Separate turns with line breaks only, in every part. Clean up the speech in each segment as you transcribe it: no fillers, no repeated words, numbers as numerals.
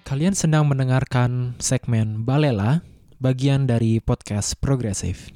Kalian sedang mendengarkan segmen Balela, bagian dari podcast Progresif.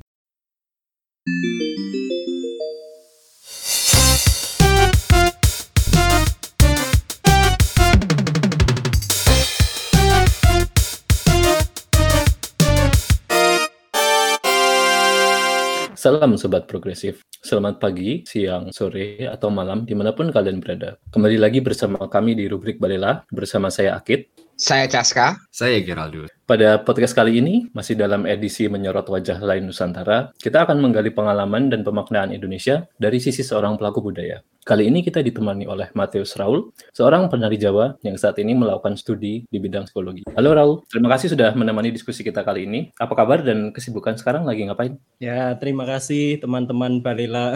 Salam Sobat Progresif, selamat pagi, siang, sore, atau malam dimanapun kalian berada. Kembali lagi bersama kami di rubrik Balela, bersama saya Akid.
Saya Caska.
Saya Geraldus.
Pada podcast kali ini, masih dalam edisi Menyorot Wajah Lain Nusantara, kita akan menggali pengalaman dan pemaknaan Indonesia dari sisi seorang pelaku budaya. Kali ini kita ditemani oleh Mateus Raul, seorang penari Jawa yang saat ini melakukan studi di bidang psikologi. Halo Raul, terima kasih sudah menemani diskusi kita kali ini. Apa kabar dan kesibukan sekarang lagi ngapain?
Ya, terima kasih teman-teman Balela.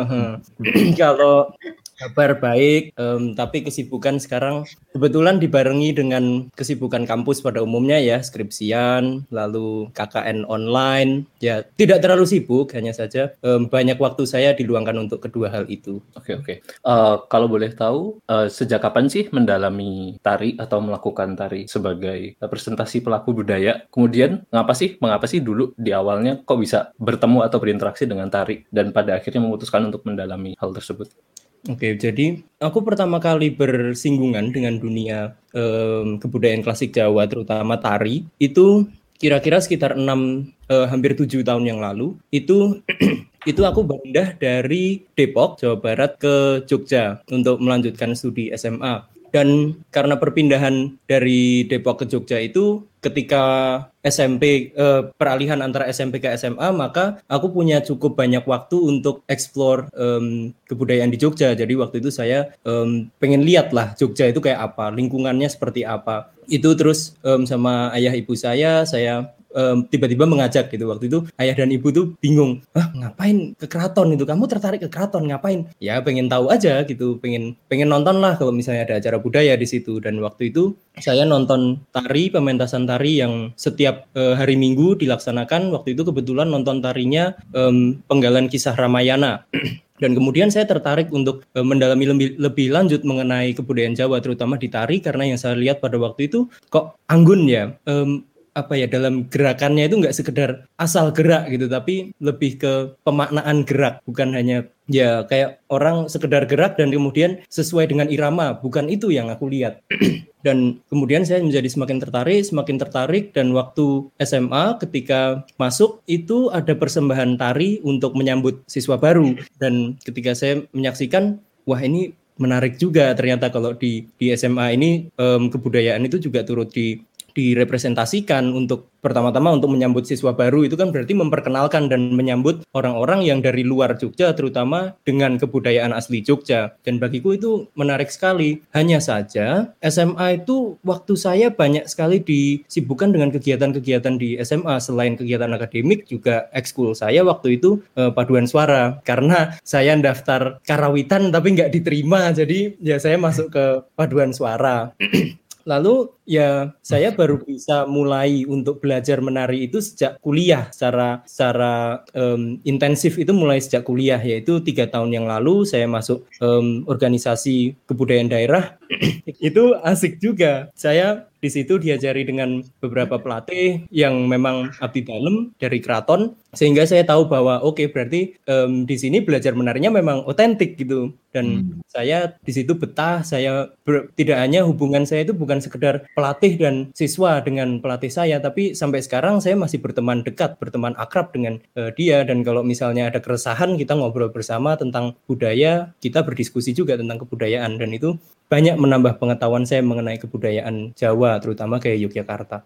Kalau kabar baik, tapi kesibukan sekarang kebetulan dibarengi dengan kesibukan kampus pada umumnya ya, skripsian, lalu KKN online. Ya, tidak terlalu sibuk, hanya saja banyak waktu saya diluangkan untuk kedua hal itu.
Oke. Kalau boleh tahu, sejak kapan sih mendalami tari atau melakukan tari sebagai representasi pelaku budaya? Kemudian, mengapa sih dulu di awalnya kok bisa bertemu atau berinteraksi dengan tari dan pada akhirnya memutuskan untuk mendalami hal tersebut?
Oke, jadi aku pertama kali bersinggungan dengan dunia kebudayaan klasik Jawa, terutama tari, itu kira-kira sekitar hampir 7 tahun yang lalu. Itu aku pindah dari Depok, Jawa Barat ke Jogja untuk melanjutkan studi SMA. Dan karena perpindahan dari Depok ke Jogja itu ketika SMP, peralihan antara SMP ke SMA, maka aku punya cukup banyak waktu untuk explore kebudayaan di Jogja. Jadi waktu itu saya pengen lihat lah Jogja itu kayak apa, lingkungannya seperti apa. Itu terus sama ayah ibu saya tiba-tiba mengajak gitu. Waktu itu ayah dan ibu tuh bingung, ngapain ke keraton itu, kamu tertarik ke keraton ngapain? Ya pengen tahu aja gitu, pengen nonton lah kalau misalnya ada acara budaya di situ. Dan waktu itu saya nonton tari, pementasan tari yang setiap hari Minggu dilaksanakan. Waktu itu kebetulan nonton tarinya Penggalan Kisah Ramayana. Dan kemudian saya tertarik untuk mendalami lebih lanjut mengenai kebudayaan Jawa, terutama di tari, karena yang saya lihat pada waktu itu kok anggun ya, dalam gerakannya itu nggak sekedar asal gerak gitu, tapi lebih ke pemaknaan gerak, bukan hanya ya kayak orang sekedar gerak dan kemudian sesuai dengan irama, bukan itu yang aku lihat. Dan kemudian saya menjadi semakin tertarik, dan waktu SMA ketika masuk itu ada persembahan tari untuk menyambut siswa baru, dan ketika saya menyaksikan, wah ini menarik juga ternyata kalau di SMA ini kebudayaan itu juga turut direpresentasikan untuk pertama-tama untuk menyambut siswa baru. Itu kan berarti memperkenalkan dan menyambut orang-orang yang dari luar Jogja, terutama dengan kebudayaan asli Jogja. Dan bagiku itu menarik sekali. Hanya saja SMA itu waktu saya banyak sekali disibukkan dengan kegiatan-kegiatan di SMA. Selain kegiatan akademik, juga ekskul saya waktu itu paduan suara. Karena saya daftar karawitan tapi nggak diterima, jadi ya saya masuk ke paduan suara. Lalu ya saya baru bisa mulai untuk belajar menari itu sejak kuliah, secara intensif itu mulai sejak kuliah, yaitu 3 tahun yang lalu saya masuk organisasi kebudayaan daerah. Itu asik juga. Saya di situ diajari dengan beberapa pelatih yang memang abdi dalem dari keraton, sehingga saya tahu bahwa oke, berarti di sini belajar menarinya memang otentik gitu. Dan saya di situ betah. Tidak hanya hubungan saya itu bukan sekedar pelatih dan siswa dengan pelatih saya, tapi sampai sekarang saya masih berteman dekat, berteman akrab dengan dia. Dan kalau misalnya ada keresahan, kita ngobrol bersama tentang budaya, kita berdiskusi juga tentang kebudayaan, dan itu banyak menambah pengetahuan saya mengenai kebudayaan Jawa, terutama kayak Yogyakarta.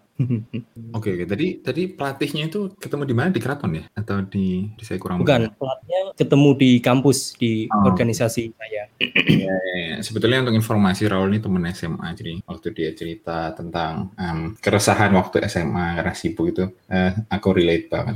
Oke. Tadi pelatihnya itu ketemu di mana, di keraton ya, atau di saya kurang?
Bukan, pelatihnya ketemu di kampus, di organisasi saya.
Ya. Sebetulnya untuk informasi, Raul ini teman SMA, jadi waktu dia cerita tentang keresahan waktu SMA karena sibuk itu, aku relate banget.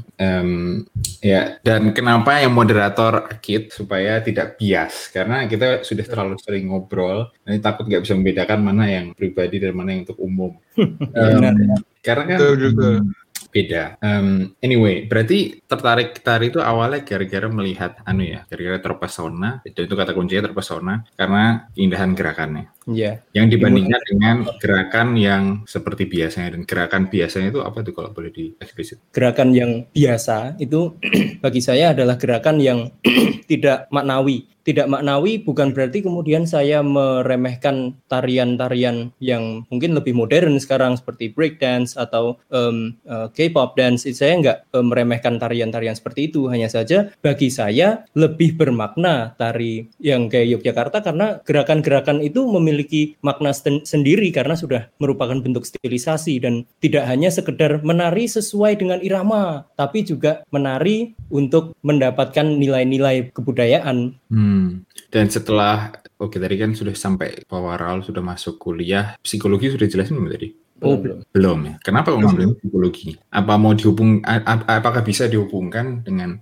Ya, dan kenapa yang moderator Akid supaya tidak bias, karena kita sudah terlalu sering ngobrol. Ini takut nggak bisa membedakan mana yang pribadi dan mana yang untuk umum. Karena kan beda. Anyway, berarti tertarik tari itu awalnya gara-gara melihat gara-gara terpesona, dan itu kata kuncinya terpesona karena keindahan gerakannya.
Ya.
Yang dibandingkan dengan gerakan yang seperti biasanya. Dan gerakan biasanya itu apa tuh kalau boleh dieksplisit?
Gerakan yang biasa itu bagi saya adalah gerakan yang tidak maknawi. Tidak maknawi bukan berarti kemudian saya meremehkan tarian-tarian yang mungkin lebih modern sekarang seperti breakdance atau K-pop dance. Saya nggak meremehkan tarian-tarian seperti itu. Hanya saja bagi saya lebih bermakna tari yang kayak Yogyakarta karena gerakan-gerakan itu memiliki makna sendiri karena sudah merupakan bentuk stilisasi dan tidak hanya sekedar menari sesuai dengan irama, tapi juga menari untuk mendapatkan nilai-nilai kebudayaan.
Dan setelah, tadi kan sudah sampai bahwa Raul sudah masuk kuliah, psikologi sudah jelasin belum tadi? Belum ya. Kenapa kok ngambil psikologi? Apa mau apakah bisa dihubungkan dengan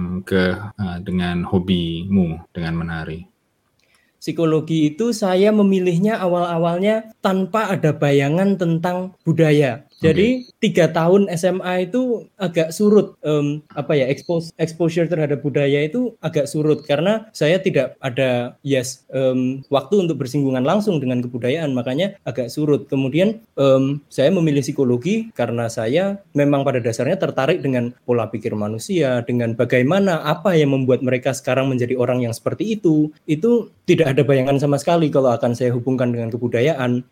dengan hobimu dengan menari?
Psikologi itu saya memilihnya awal-awalnya tanpa ada bayangan tentang budaya. Jadi 3 tahun SMA itu agak surut, exposure terhadap budaya itu agak surut karena saya tidak ada waktu untuk bersinggungan langsung dengan kebudayaan, makanya agak surut. Kemudian saya memilih psikologi karena saya memang pada dasarnya tertarik dengan pola pikir manusia, dengan bagaimana apa yang membuat mereka sekarang menjadi orang yang seperti itu. Itu tidak ada bayangan sama sekali kalau akan saya hubungkan dengan kebudayaan.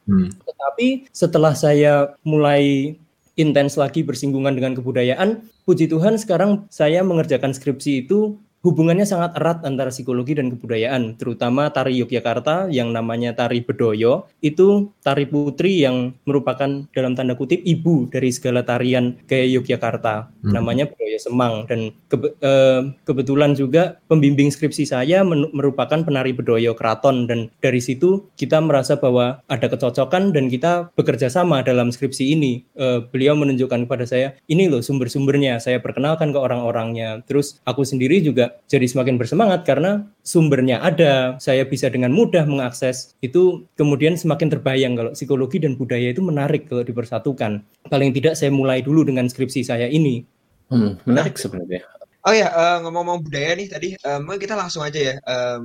Tetapi setelah saya mulai intens lagi bersinggungan dengan kebudayaan, puji Tuhan sekarang saya mengerjakan skripsi itu hubungannya sangat erat antara psikologi dan kebudayaan, terutama tari Yogyakarta yang namanya tari Bedoyo, itu tari putri yang merupakan dalam tanda kutip ibu dari segala tarian gaya Yogyakarta, namanya Bedoyo Semang, dan kebetulan juga pembimbing skripsi saya merupakan penari Bedoyo Keraton, dan dari situ kita merasa bahwa ada kecocokan dan kita bekerja sama dalam skripsi ini. Beliau menunjukkan kepada saya, ini loh sumber-sumbernya, saya perkenalkan ke orang-orangnya, terus aku sendiri juga jadi semakin bersemangat karena sumbernya ada, saya bisa dengan mudah mengakses. Itu kemudian semakin terbayang kalau psikologi dan budaya itu menarik kalau dipersatukan. Paling tidak saya mulai dulu dengan skripsi saya ini.
Menarik sebenarnya.
Oh ya, ngomong-ngomong budaya nih tadi, mungkin kita langsung aja ya,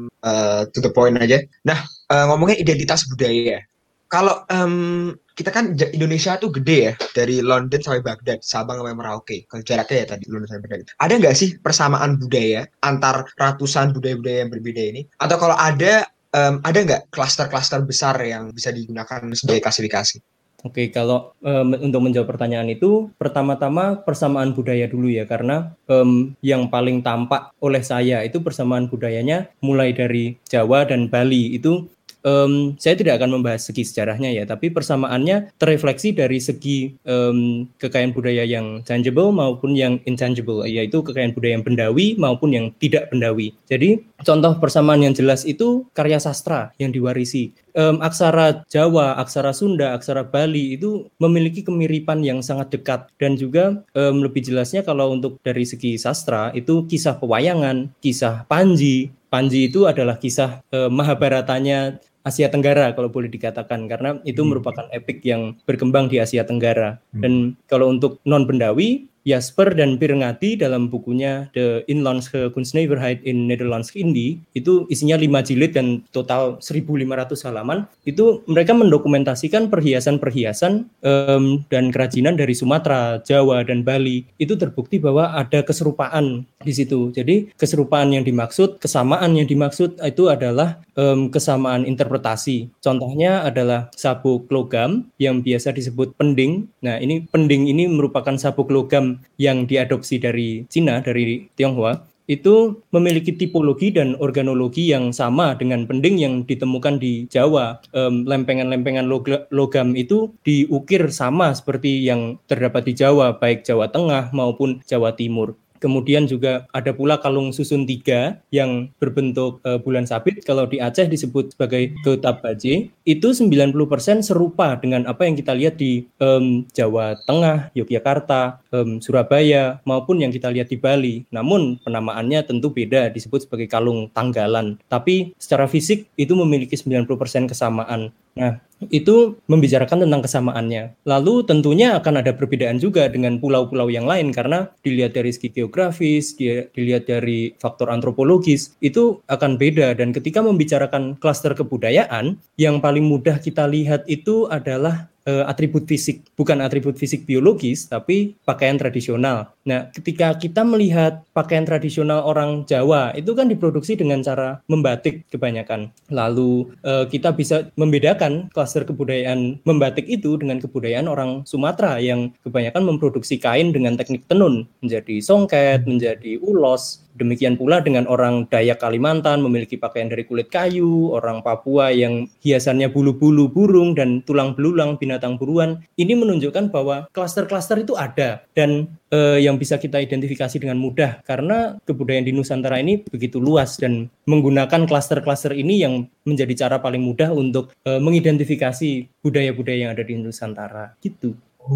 to the point aja. Nah, ngomongin identitas budaya. Kalau kita kan Indonesia tuh gede ya, dari London sampai Baghdad, Sabang sampai Merauke. Kalau jaraknya ya tadi London sampai Baghdad. Ada nggak sih persamaan budaya antar ratusan budaya-budaya yang berbeda ini? Atau kalau ada nggak klaster-klaster besar yang bisa digunakan sebagai klasifikasi?
Oke, kalau untuk menjawab pertanyaan itu, pertama-tama persamaan budaya dulu ya, karena yang paling tampak oleh saya itu persamaan budayanya mulai dari Jawa dan Bali itu. Saya tidak akan membahas segi sejarahnya ya, tapi persamaannya terrefleksi dari segi kekayaan budaya yang tangible maupun yang intangible, yaitu kekayaan budaya yang bendawi maupun yang tidak bendawi. Jadi contoh persamaan yang jelas itu karya sastra yang diwarisi. Aksara Jawa, aksara Sunda, aksara Bali itu memiliki kemiripan yang sangat dekat, dan juga lebih jelasnya kalau untuk dari segi sastra itu kisah pewayangan, kisah Panji. Panji itu adalah kisah Mahabharatanya Asia Tenggara kalau boleh dikatakan, karena itu merupakan epik yang berkembang di Asia Tenggara. Dan kalau untuk non-bendawi, Jasper dan Pirngati dalam bukunya The Inlandse Kunstnijverheid in Nederlandse Indie itu isinya 5 jilid dan total 1.500 halaman. Itu mereka mendokumentasikan perhiasan-perhiasan dan kerajinan dari Sumatera, Jawa, dan Bali. Itu terbukti bahwa ada keserupaan di situ. Jadi keserupaan yang dimaksud, kesamaan yang dimaksud itu adalah kesamaan interpretasi. Contohnya adalah sabuk logam yang biasa disebut pending. Nah, pending ini merupakan sabuk logam yang diadopsi dari Cina, dari Tionghoa, itu memiliki tipologi dan organologi yang sama dengan pending yang ditemukan di Jawa. Lempengan-lempengan logam itu diukir sama seperti yang terdapat di Jawa, baik Jawa Tengah maupun Jawa Timur. Kemudian juga ada pula kalung susun 3 yang berbentuk bulan sabit, kalau di Aceh disebut sebagai Gotap Baje. Itu 90% serupa dengan apa yang kita lihat di Jawa Tengah, Yogyakarta, Surabaya, maupun yang kita lihat di Bali. Namun penamaannya tentu beda, disebut sebagai kalung tanggalan. Tapi secara fisik itu memiliki 90% kesamaan. Nah, itu membicarakan tentang kesamaannya. Lalu tentunya akan ada perbedaan juga dengan pulau-pulau yang lain karena dilihat dari segi geografis, dilihat dari faktor antropologis, itu akan beda. Dan ketika membicarakan klaster kebudayaan, yang paling mudah kita lihat itu adalah atribut fisik, bukan atribut fisik biologis, tapi pakaian tradisional. Nah, ketika kita melihat pakaian tradisional orang Jawa, itu kan diproduksi dengan cara membatik kebanyakan. Lalu kita bisa membedakan klaster kebudayaan membatik itu dengan kebudayaan orang Sumatera yang kebanyakan memproduksi kain dengan teknik tenun, menjadi songket, menjadi ulos. Demikian pula dengan orang Dayak Kalimantan memiliki pakaian dari kulit kayu, orang Papua yang hiasannya bulu-bulu burung dan tulang belulang binatang buruan. Ini menunjukkan bahwa klaster-klaster itu ada dan yang bisa kita identifikasi dengan mudah karena kebudayaan di Nusantara ini begitu luas dan menggunakan klaster-klaster ini yang menjadi cara paling mudah untuk mengidentifikasi budaya-budaya yang ada di Nusantara. Gitu.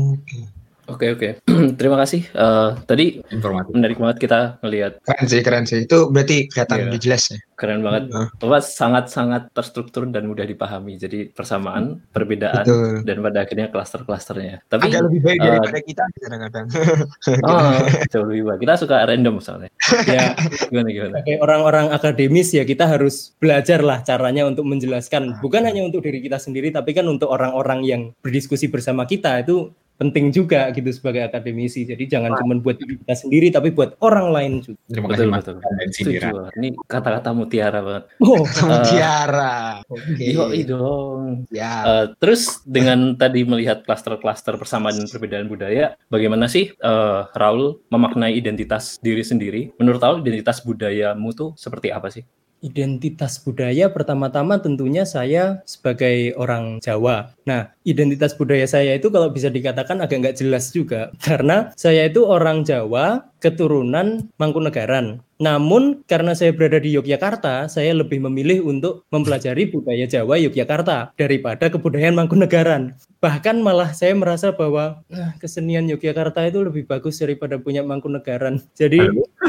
Oke. Terima kasih. Tadi
Informatif.
menarik banget kita ngelihat.
Keren sih. Itu berarti kelihatan
Iya.
udah jelas ya.
Keren banget. Sangat-sangat terstruktur dan mudah dipahami. Jadi persamaan, perbedaan,
Betul.
dan pada akhirnya klaster-klasternya. Tapi
Agak lebih baik daripada kita kadang-kadang.
jauh lebih baik. Kita suka random soalnya.
Ya,
Gimana?
sebagai orang-orang akademis ya kita harus belajar lah caranya untuk menjelaskan. Bukan hanya untuk diri kita sendiri, tapi kan untuk orang-orang yang berdiskusi bersama kita itu penting juga gitu sebagai akademisi. Jadi jangan cuma buat diri kita sendiri, tapi buat orang lain juga.
Terima kasih Mas
Betul.
dan
Setuju.
sindiran.
Ini kata-kata mutiara banget.
Oh,
Tiara. Oke.
Yoi dong.
Ya.
Terus dengan tadi melihat klaster-klaster persamaan dan perbedaan budaya, bagaimana sih Raul memaknai identitas diri sendiri? Menurut Raul, identitas budayamu tuh seperti apa sih?
identitas budaya pertama-tama tentunya saya sebagai orang Jawa. Nah, identitas budaya saya itu kalau bisa dikatakan agak nggak jelas juga. Karena saya itu orang Jawa keturunan Mangkunegaran. Namun karena saya berada di Yogyakarta, saya lebih memilih untuk mempelajari budaya Jawa Yogyakarta daripada kebudayaan Mangkunegaran. Bahkan malah saya merasa bahwa kesenian Yogyakarta itu lebih bagus daripada punya Mangkunegaran. Jadi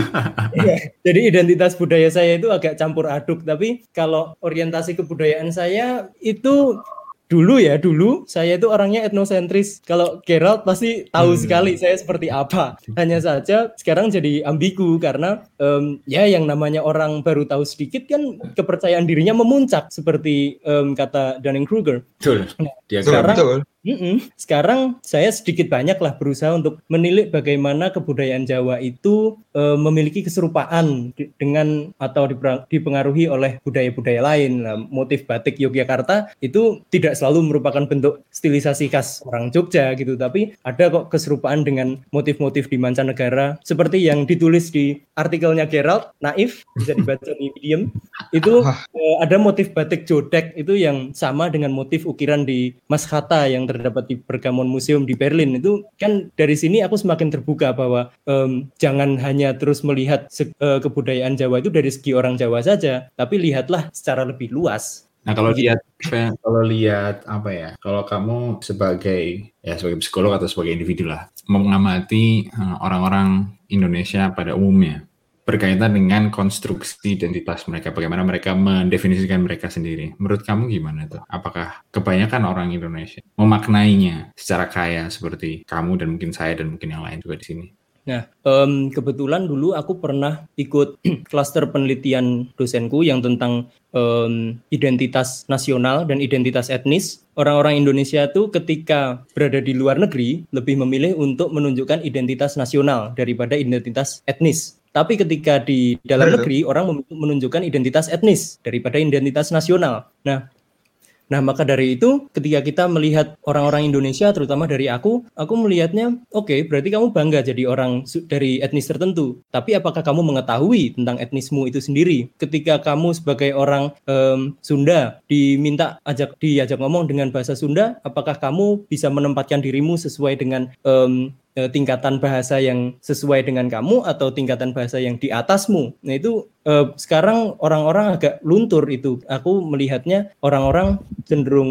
jadi identitas budaya saya itu agak campur aduk. Tapi kalau orientasi kebudayaan saya itu dulu saya itu orangnya etnosentris. Kalau Gerald pasti tahu sekali saya seperti apa. Hanya saja sekarang jadi ambigu karena ya yang namanya orang baru tahu sedikit kan kepercayaan dirinya memuncak seperti kata Dunning-Kruger.
Betul. Dia
Betul.
Sekarang saya sedikit banyak lah berusaha untuk menilik bagaimana kebudayaan Jawa itu memiliki keserupaan dengan atau dipengaruhi oleh budaya-budaya lain. Nah, motif batik Yogyakarta itu tidak selalu merupakan bentuk stilisasi khas orang Jogja gitu, tapi ada kok keserupaan dengan motif-motif di mancanegara seperti yang ditulis di artikelnya Gerald, Naif, bisa dibaca di Medium. Itu ada motif batik Jodek itu yang sama dengan motif ukiran di Maschata yang terdapat di Pergamon Museum di Berlin. Itu kan dari sini aku semakin terbuka bahwa jangan hanya terus melihat kebudayaan Jawa itu dari segi orang Jawa saja, tapi lihatlah secara lebih luas.
Nah, kalau lihat apa ya? Kalau kamu sebagai psikolog atau sebagai individu lah, mengamati orang-orang Indonesia pada umumnya berkaitan dengan konstruksi identitas mereka, bagaimana mereka mendefinisikan mereka sendiri. Menurut kamu gimana tuh? Apakah kebanyakan orang Indonesia memaknainya secara kaya seperti kamu dan mungkin saya dan mungkin yang lain juga di sini?
Nah, kebetulan dulu aku pernah ikut klaster penelitian dosenku yang tentang identitas nasional dan identitas etnis. Orang-orang Indonesia tuh ketika berada di luar negeri lebih memilih untuk menunjukkan identitas nasional daripada identitas etnis. Tapi ketika di dalam negeri orang menunjukkan identitas etnis daripada identitas nasional. Nah, maka dari itu ketika kita melihat orang-orang Indonesia, terutama dari aku melihatnya, oke, berarti kamu bangga jadi orang dari etnis tertentu. Tapi apakah kamu mengetahui tentang etnismu itu sendiri? Ketika kamu sebagai orang Sunda diajak ngomong dengan bahasa Sunda, apakah kamu bisa menempatkan dirimu sesuai dengan tingkatan bahasa yang sesuai dengan kamu atau tingkatan bahasa yang di atasmu? Nah itu sekarang orang-orang agak luntur itu. Aku melihatnya orang-orang cenderung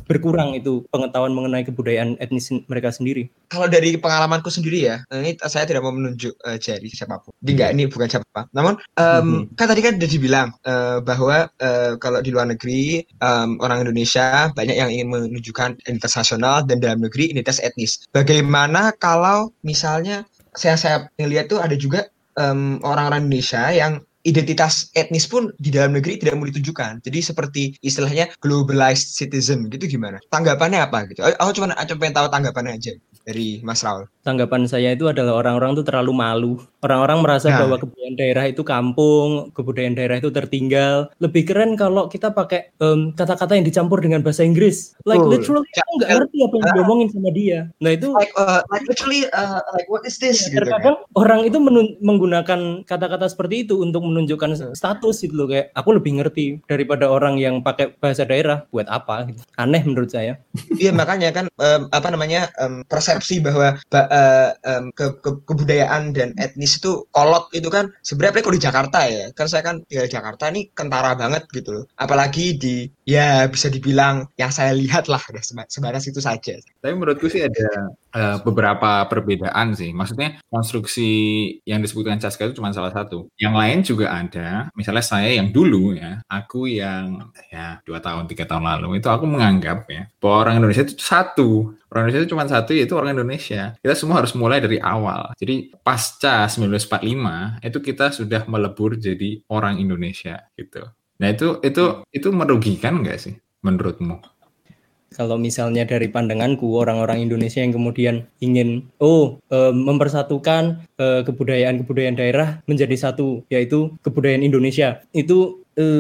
berkurang itu pengetahuan mengenai kebudayaan etnis mereka sendiri.
Kalau dari pengalamanku sendiri ya, ini saya tidak mau menunjuk jari siapapun. Ini bukan siapa. Namun kan tadi kan sudah dibilang bahwa kalau di luar negeri orang Indonesia banyak yang ingin menunjukkan identitas nasional dan dalam negeri identitas etnis. Bagaimana kalau misalnya saya lihat tuh ada juga orang-orang Indonesia yang identitas etnis pun di dalam negeri tidak mau ditunjukkan. Jadi seperti istilahnya globalized citizen gitu, gimana? Tanggapannya apa gitu? Aku cuma pengen tahu tanggapannya aja dari Mas Raul.
Tanggapan saya itu adalah orang-orang itu terlalu malu. Orang-orang merasa bahwa kebudayaan daerah itu kampung, kebudayaan daerah itu tertinggal. Lebih keren kalau kita pakai kata-kata yang dicampur dengan bahasa Inggris. Like literally aku nggak ngerti apa yang diomongin sama dia. Nah itu
like literally like what is this?
Gitu, terkadang kan? Orang itu menggunakan kata-kata seperti itu untuk menunjukkan status gitu loh, kayak aku lebih ngerti daripada orang yang pakai bahasa daerah. Buat apa gitu. Aneh menurut saya.
Iya, makanya kan persepsi bahwa kebudayaan dan etnis itu kolot itu kan sebenarnya kalau di Jakarta ya, kan saya kan tinggal di Jakarta nih kentara banget gitu loh. Apalagi ya bisa dibilang yang saya lihat lah sebatas itu saja.
Tapi menurutku sih ada beberapa perbedaan sih. Maksudnya konstruksi yang disebutkan Caska itu cuma salah satu. Yang lain juga ada. Misalnya saya yang dulu ya, aku yang 2 tahun 3 tahun lalu itu aku menganggap ya bahwa orang Indonesia itu satu. Orang Indonesia itu cuma satu, yaitu orang Indonesia. Kita semua harus mulai dari awal. Jadi pasca 1945 itu kita sudah melebur jadi orang Indonesia gitu. Nah itu merugikan nggak sih menurutmu?
Kalau misalnya dari pandanganku, orang-orang Indonesia yang kemudian ingin mempersatukan kebudayaan daerah menjadi satu, yaitu kebudayaan Indonesia, itu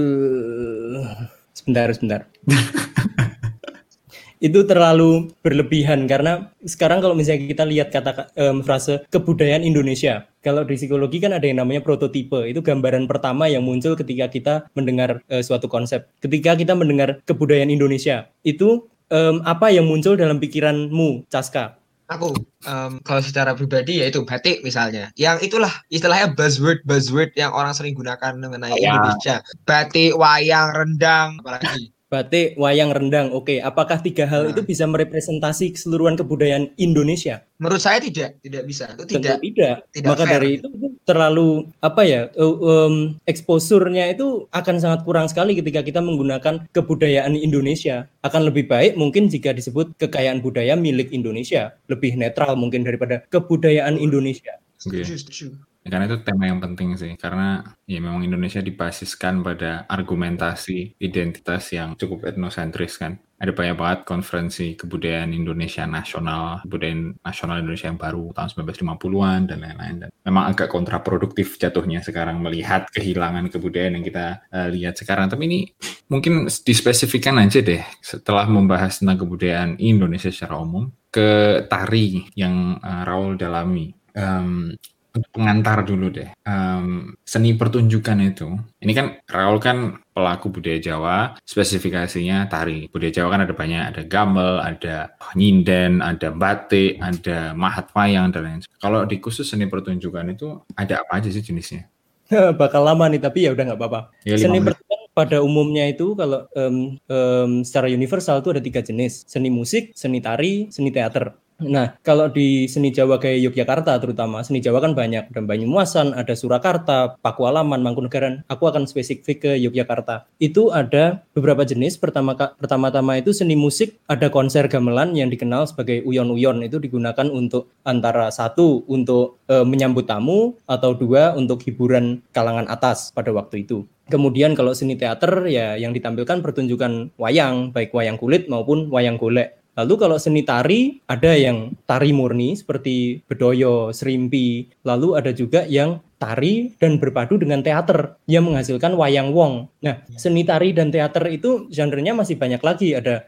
sebentar. Itu terlalu berlebihan, karena sekarang kalau misalnya kita lihat frase kebudayaan Indonesia, kalau di psikologi kan ada yang namanya prototipe. Itu gambaran pertama yang muncul ketika kita mendengar suatu konsep. Ketika kita mendengar kebudayaan Indonesia, itu apa yang muncul dalam pikiranmu, Caska?
Aku kalau secara pribadi ya itu batik misalnya, yang itulah istilahnya buzzword yang orang sering gunakan mengenai Indonesia. Batik, wayang, rendang, apalagi
batik, wayang, rendang. Oke, apakah 3 hal itu bisa merepresentasi keseluruhan kebudayaan Indonesia?
Menurut saya tidak bisa. Itu tidak.
Maka fair. Dari itu terlalu exposure-nya itu akan sangat kurang sekali ketika kita menggunakan kebudayaan Indonesia. Akan lebih baik mungkin jika disebut kekayaan budaya milik Indonesia, lebih netral mungkin daripada kebudayaan Indonesia.
Setuju.
Karena itu tema yang penting sih, karena ya memang Indonesia dibasiskan pada argumentasi identitas yang cukup etnosentris kan. Ada banyak banget konferensi kebudayaan Indonesia nasional, kebudayaan nasional Indonesia yang baru tahun 1950-an dan lain-lain. Dan memang agak kontraproduktif jatuhnya sekarang melihat kehilangan kebudayaan yang kita lihat sekarang. Tapi ini mungkin dispesifikkan aja deh setelah membahas tentang kebudayaan Indonesia secara umum ke tari yang Raul dalami. Untuk pengantar dulu deh, seni pertunjukan itu, ini kan Raul kan pelaku budaya Jawa, spesifikasinya tari. Budaya Jawa kan ada banyak, ada gamel, ada nyinden, ada batik, ada mahat wayang, dan lain sebagainya. Kalau di khusus seni pertunjukan itu ada apa aja sih jenisnya?
Bakal lama nih, tapi ya udah nggak apa-apa. Ya, seni pertunjukan pada umumnya itu kalau secara universal itu ada 3 jenis, seni musik, seni tari, seni teater. Nah, kalau di seni Jawa kayak Yogyakarta terutama, seni Jawa kan banyak. Ada Banyumasan, ada Surakarta, Pakualaman, Mangkunegaran. Aku akan spesifik ke Yogyakarta. Itu ada beberapa jenis. Pertama-tama itu seni musik, ada konser gamelan yang dikenal sebagai uyon-uyon. Itu digunakan untuk antara 1 untuk menyambut tamu, atau 2 untuk hiburan kalangan atas pada waktu itu. Kemudian kalau seni teater ya yang ditampilkan pertunjukan wayang, baik wayang kulit maupun wayang golek. Lalu kalau seni tari, ada yang tari murni seperti bedoyo, serimpi. Lalu ada juga yang tari dan berpadu dengan teater yang menghasilkan wayang wong. Nah, seni tari dan teater itu genre-nya masih banyak lagi. Ada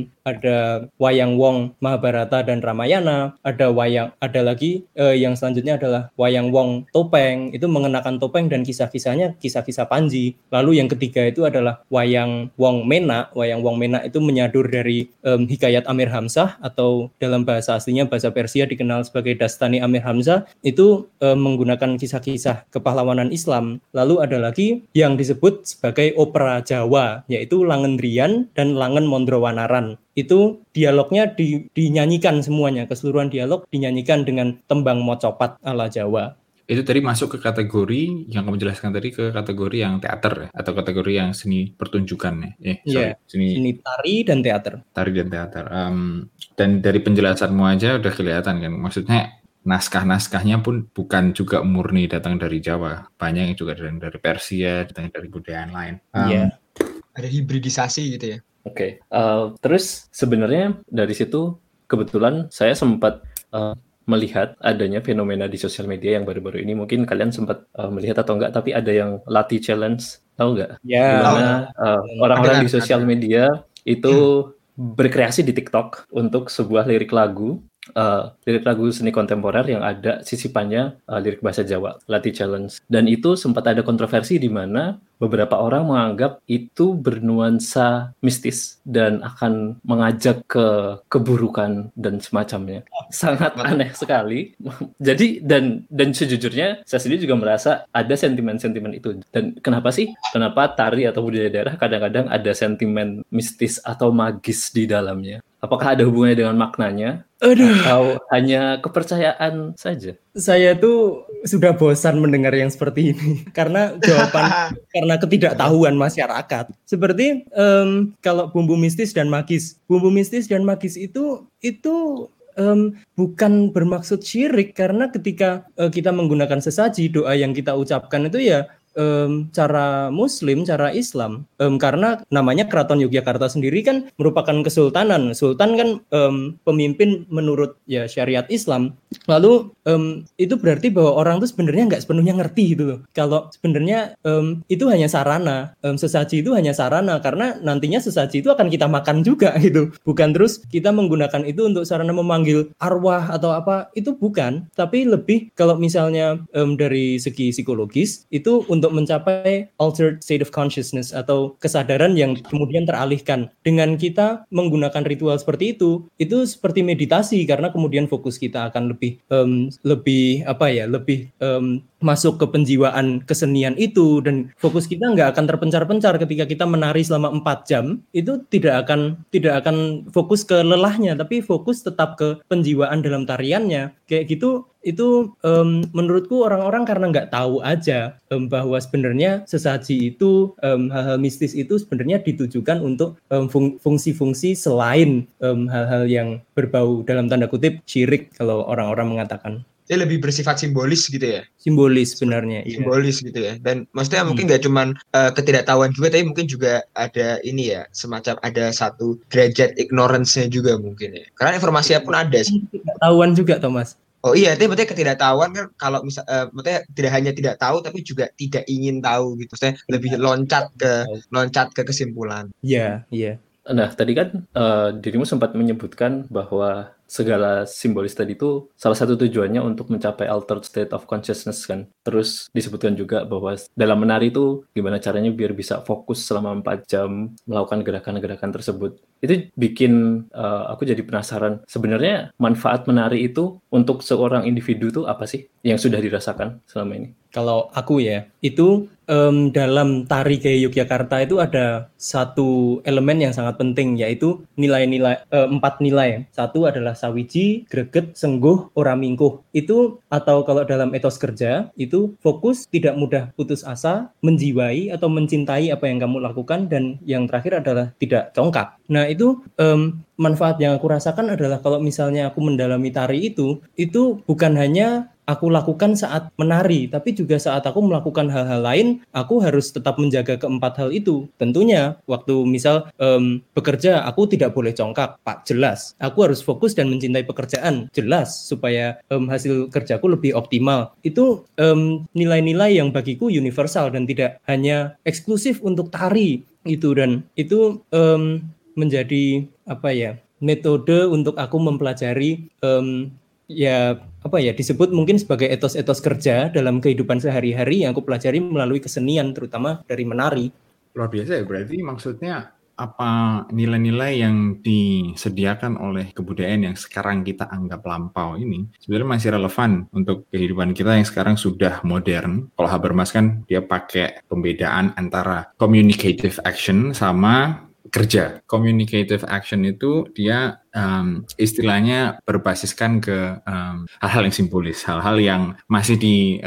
wayang wong Mahabharata dan Ramayana. Ada lagi yang selanjutnya adalah wayang wong topeng. Itu mengenakan topeng dan kisah-kisahnya kisah-kisah Panji. Lalu yang ketiga itu adalah wayang wong menak. Wayang wong menak itu menyadur dari Hikayat Amir Hamzah, atau dalam bahasa aslinya bahasa Persia dikenal sebagai Dastani Amir Hamzah. Itu menggunakan kisah-kisah kisah kepahlawanan Islam. Lalu ada lagi yang disebut sebagai opera Jawa, yaitu Langendrian dan Langen Mondrowanaran. Itu dialognya dinyanyikan semuanya, keseluruhan dialog dinyanyikan dengan tembang mocopat ala Jawa.
Itu tadi masuk ke kategori yang kamu jelaskan tadi, ke kategori yang teater ya? Atau kategori yang seni pertunjukan ya?
Seni tari dan teater.
Tari dan teater. Dan dari penjelasanmu aja udah kelihatan kan, maksudnya naskah-naskahnya pun bukan juga murni datang dari Jawa, banyak yang juga datang dari Persia, datang dari budaya lain.
Ada hibridisasi gitu ya.
Oke. Terus sebenarnya dari situ kebetulan saya sempat melihat adanya fenomena di sosial media yang baru-baru ini. Mungkin kalian sempat melihat atau enggak, tapi ada yang Lati Challenge, tahu nggak?
Ya.
Dimana orang-orang di sosial media itu berkreasi di TikTok untuk sebuah lirik lagu seni kontemporer yang ada sisipannya lirik bahasa Jawa, Lati Challenge. Dan itu sempat ada kontroversi di mana beberapa orang menganggap itu bernuansa mistis dan akan mengajak ke keburukan dan semacamnya. Sangat aneh sekali. Jadi dan sejujurnya saya sendiri juga merasa ada sentimen-sentimen itu. Dan kenapa tari atau budaya daerah kadang-kadang ada sentimen mistis atau magis di dalamnya? Apakah ada hubungannya dengan maknanya? Atau hanya kepercayaan saja?
Saya tuh sudah bosan mendengar yang seperti ini karena karena ketidaktahuan masyarakat. Seperti kalau bumbu mistis dan magis itu bukan bermaksud syirik, karena ketika kita menggunakan sesaji, doa yang kita ucapkan itu ya cara Muslim, cara Islam, karena namanya Keraton Yogyakarta sendiri kan merupakan kesultanan. Sultan kan pemimpin menurut ya syariat Islam. Lalu itu berarti bahwa orang itu sebenarnya nggak sepenuhnya ngerti gitu loh. Kalau sebenarnya itu hanya sarana, sesaji itu hanya sarana, karena nantinya sesaji itu akan kita makan juga gitu. Bukan terus kita menggunakan itu untuk sarana memanggil arwah atau apa, itu bukan. Tapi lebih kalau misalnya dari segi psikologis itu untuk mencapai altered state of consciousness atau kesadaran yang kemudian teralihkan. Dengan kita menggunakan ritual seperti itu seperti meditasi, karena kemudian fokus kita akan lebih masuk ke penjiwaan kesenian itu, dan fokus kita nggak akan terpencar-pencar ketika kita menari selama 4 jam. Itu tidak akan fokus ke lelahnya, tapi fokus tetap ke penjiwaan dalam tariannya. Kayak gitu. Itu menurutku orang-orang karena nggak tahu aja bahwa sebenarnya sesaji itu, hal-hal mistis itu sebenarnya ditujukan untuk fungsi-fungsi selain hal-hal yang berbau dalam tanda kutip syirik kalau orang-orang mengatakan.
Dia lebih bersifat simbolis gitu ya?
Simbolis sebenarnya.
Simbolis gitu ya. Dan maksudnya mungkin nggak cuman ketidaktahuan juga, tapi mungkin juga ada ini ya, semacam ada satu derajat ignorance-nya juga mungkin ya. Karena informasinya pun ada sih.
Ketidaktahuan juga, Thomas.
Oh iya, itu berarti ketidaktahuan kan, kalau maksudnya tidak hanya tidak tahu tapi juga tidak ingin tahu gitu. Maksudnya lebih loncat ke kesimpulan.
Iya.
Nah, tadi kan dirimu sempat menyebutkan bahwa segala simbolis tadi itu salah satu tujuannya untuk mencapai altered state of consciousness kan. Terus disebutkan juga bahwa dalam menari itu gimana caranya biar bisa fokus selama 4 jam melakukan gerakan-gerakan tersebut. Itu bikin aku jadi penasaran, sebenarnya manfaat menari itu untuk seorang individu itu apa sih yang sudah dirasakan selama ini?
Kalau aku ya, itu dalam tari gaya Yogyakarta itu ada satu elemen yang sangat penting, yaitu nilai-nilai 4 nilai. Satu adalah sawiji, greget, sengguh, ora mingkuh. Itu atau kalau dalam etos kerja itu fokus, tidak mudah putus asa, menjiwai atau mencintai apa yang kamu lakukan, dan yang terakhir adalah tidak congkak. Nah, itu manfaat yang aku rasakan adalah kalau misalnya aku mendalami tari itu bukan hanya aku lakukan saat menari, tapi juga saat aku melakukan hal-hal lain, aku harus tetap menjaga keempat hal itu. Tentunya, waktu misal bekerja, aku tidak boleh congkak, Pak, jelas. Aku harus fokus dan mencintai pekerjaan, jelas, supaya hasil kerjaku lebih optimal. Itu nilai-nilai yang bagiku universal dan tidak hanya eksklusif untuk tari itu, dan itu menjadi metode untuk aku mempelajari disebut mungkin sebagai etos-etos kerja dalam kehidupan sehari-hari yang aku pelajari melalui kesenian, terutama dari menari.
Luar biasa ya, berarti maksudnya nilai-nilai yang disediakan oleh kebudayaan yang sekarang kita anggap lampau ini sebenarnya masih relevan untuk kehidupan kita yang sekarang sudah modern. Kalau Habermas kan dia pakai pembedaan antara communicative action sama kerja. Communicative action itu dia istilahnya berbasiskan ke hal-hal yang simbolis, hal-hal yang masih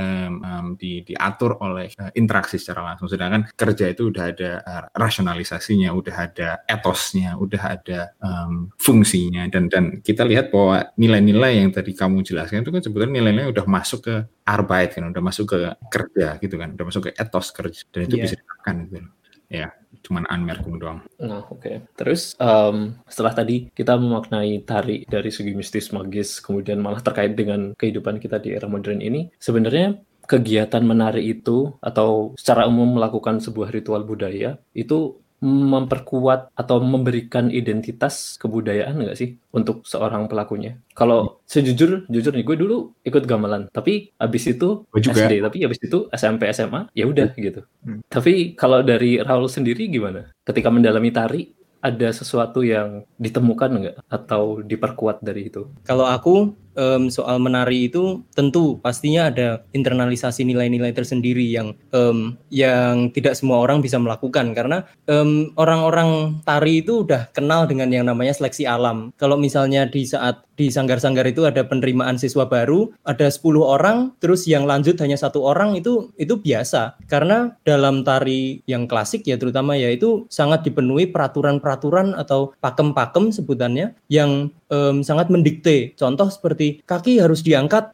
diatur oleh interaksi secara langsung. Sedangkan kerja itu udah ada rasionalisasinya, udah ada etosnya, udah ada fungsinya. Dan kita lihat bahwa nilai-nilai yang tadi kamu jelaskan itu kan sebetulnya nilai-nilai udah masuk ke Arbeit kan, udah masuk ke kerja gitu kan, udah masuk ke etos kerja. Dan itu bisa diterapkan gitu. Ya, cuman Anmerkung doang.
Nah, oke. Terus setelah tadi kita memaknai tari dari segi mistis, magis, kemudian malah terkait dengan kehidupan kita di era modern ini, sebenarnya kegiatan menari itu atau secara umum melakukan sebuah ritual budaya itu memperkuat atau memberikan identitas kebudayaan nggak sih untuk seorang pelakunya? Kalau jujur nih, gue dulu ikut gamelan, tapi abis itu SD, tapi abis itu SMP, SMA, ya udah gitu. Tapi kalau dari Raul sendiri gimana? Ketika mendalami tari, ada sesuatu yang ditemukan nggak atau diperkuat dari itu?
Kalau aku soal menari itu tentu pastinya ada internalisasi nilai-nilai tersendiri yang tidak semua orang bisa melakukan karena orang-orang tari itu udah kenal dengan yang namanya seleksi alam. Kalau misalnya di saat di sanggar-sanggar itu ada penerimaan siswa baru, ada 10 orang, terus yang lanjut hanya 1 orang itu biasa. Karena dalam tari yang klasik ya terutama ya itu sangat dipenuhi peraturan-peraturan atau pakem-pakem sebutannya yang sangat mendikte. Contoh seperti kaki harus diangkat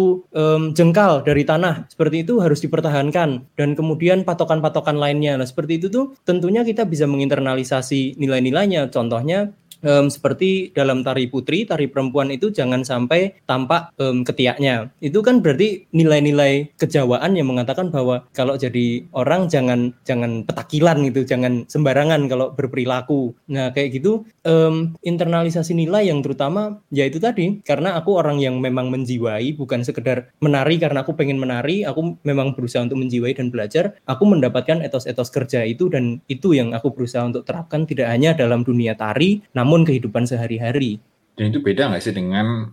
1 jengkal dari tanah, seperti itu harus dipertahankan, dan kemudian patokan-patokan lainnya. Nah seperti itu tuh tentunya kita bisa menginternalisasi nilai-nilainya. Contohnya seperti dalam tari putri, tari perempuan itu jangan sampai tampak ketiaknya. Itu kan berarti nilai-nilai kejawaan yang mengatakan bahwa kalau jadi orang jangan petakilan gitu, jangan sembarangan kalau berperilaku. Nah kayak gitu internalisasi nilai yang terutama yaitu tadi, karena aku orang yang memang menjiwai, bukan sekedar menari karena aku pengen menari, aku memang berusaha untuk menjiwai dan belajar, aku mendapatkan etos-etos kerja itu, dan itu yang aku berusaha untuk terapkan tidak hanya dalam dunia tari, namun kehidupan sehari-hari.
Dan itu beda nggak sih dengan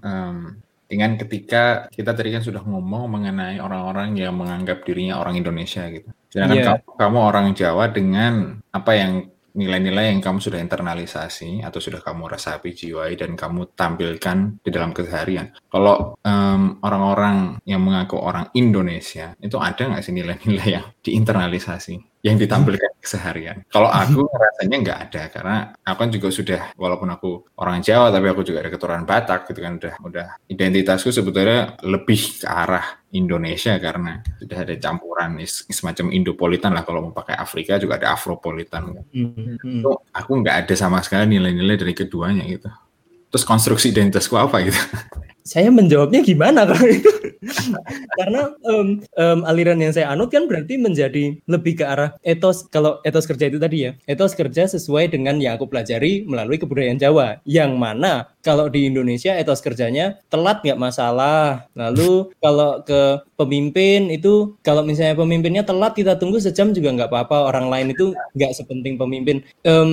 ketika kita tadi kan sudah ngomong mengenai orang-orang yang menganggap dirinya orang Indonesia gitu. Sedangkan kamu orang Jawa dengan apa yang nilai-nilai yang kamu sudah internalisasi atau sudah kamu resapi, jiwai, dan kamu tampilkan di dalam keseharian. Kalau orang-orang yang mengaku orang Indonesia, itu ada nggak sih nilai-nilai yang diinternalisasi, yang ditampilkan keseharian? Kalau aku rasanya nggak ada, karena aku kan juga sudah, walaupun aku orang Jawa, tapi aku juga ada keturunan Batak, gitu kan, udah identitasku sebetulnya lebih ke arah Indonesia karena sudah ada campuran semacam Indopolitan lah, kalau mau pakai Afrika juga ada Afropolitan. Itu aku nggak ada sama sekali nilai-nilai dari keduanya gitu. Terus konstruksi identitasku apa gitu?
Saya menjawabnya gimana kalau itu? Karena aliran yang saya anut kan berarti menjadi lebih ke arah etos. Kalau etos kerja itu tadi ya, etos kerja sesuai dengan yang aku pelajari melalui kebudayaan Jawa, yang mana kalau di Indonesia etos kerjanya telat nggak masalah. Lalu kalau ke pemimpin itu, kalau misalnya pemimpinnya telat kita tunggu sejam juga nggak apa-apa, orang lain itu nggak sepenting pemimpin.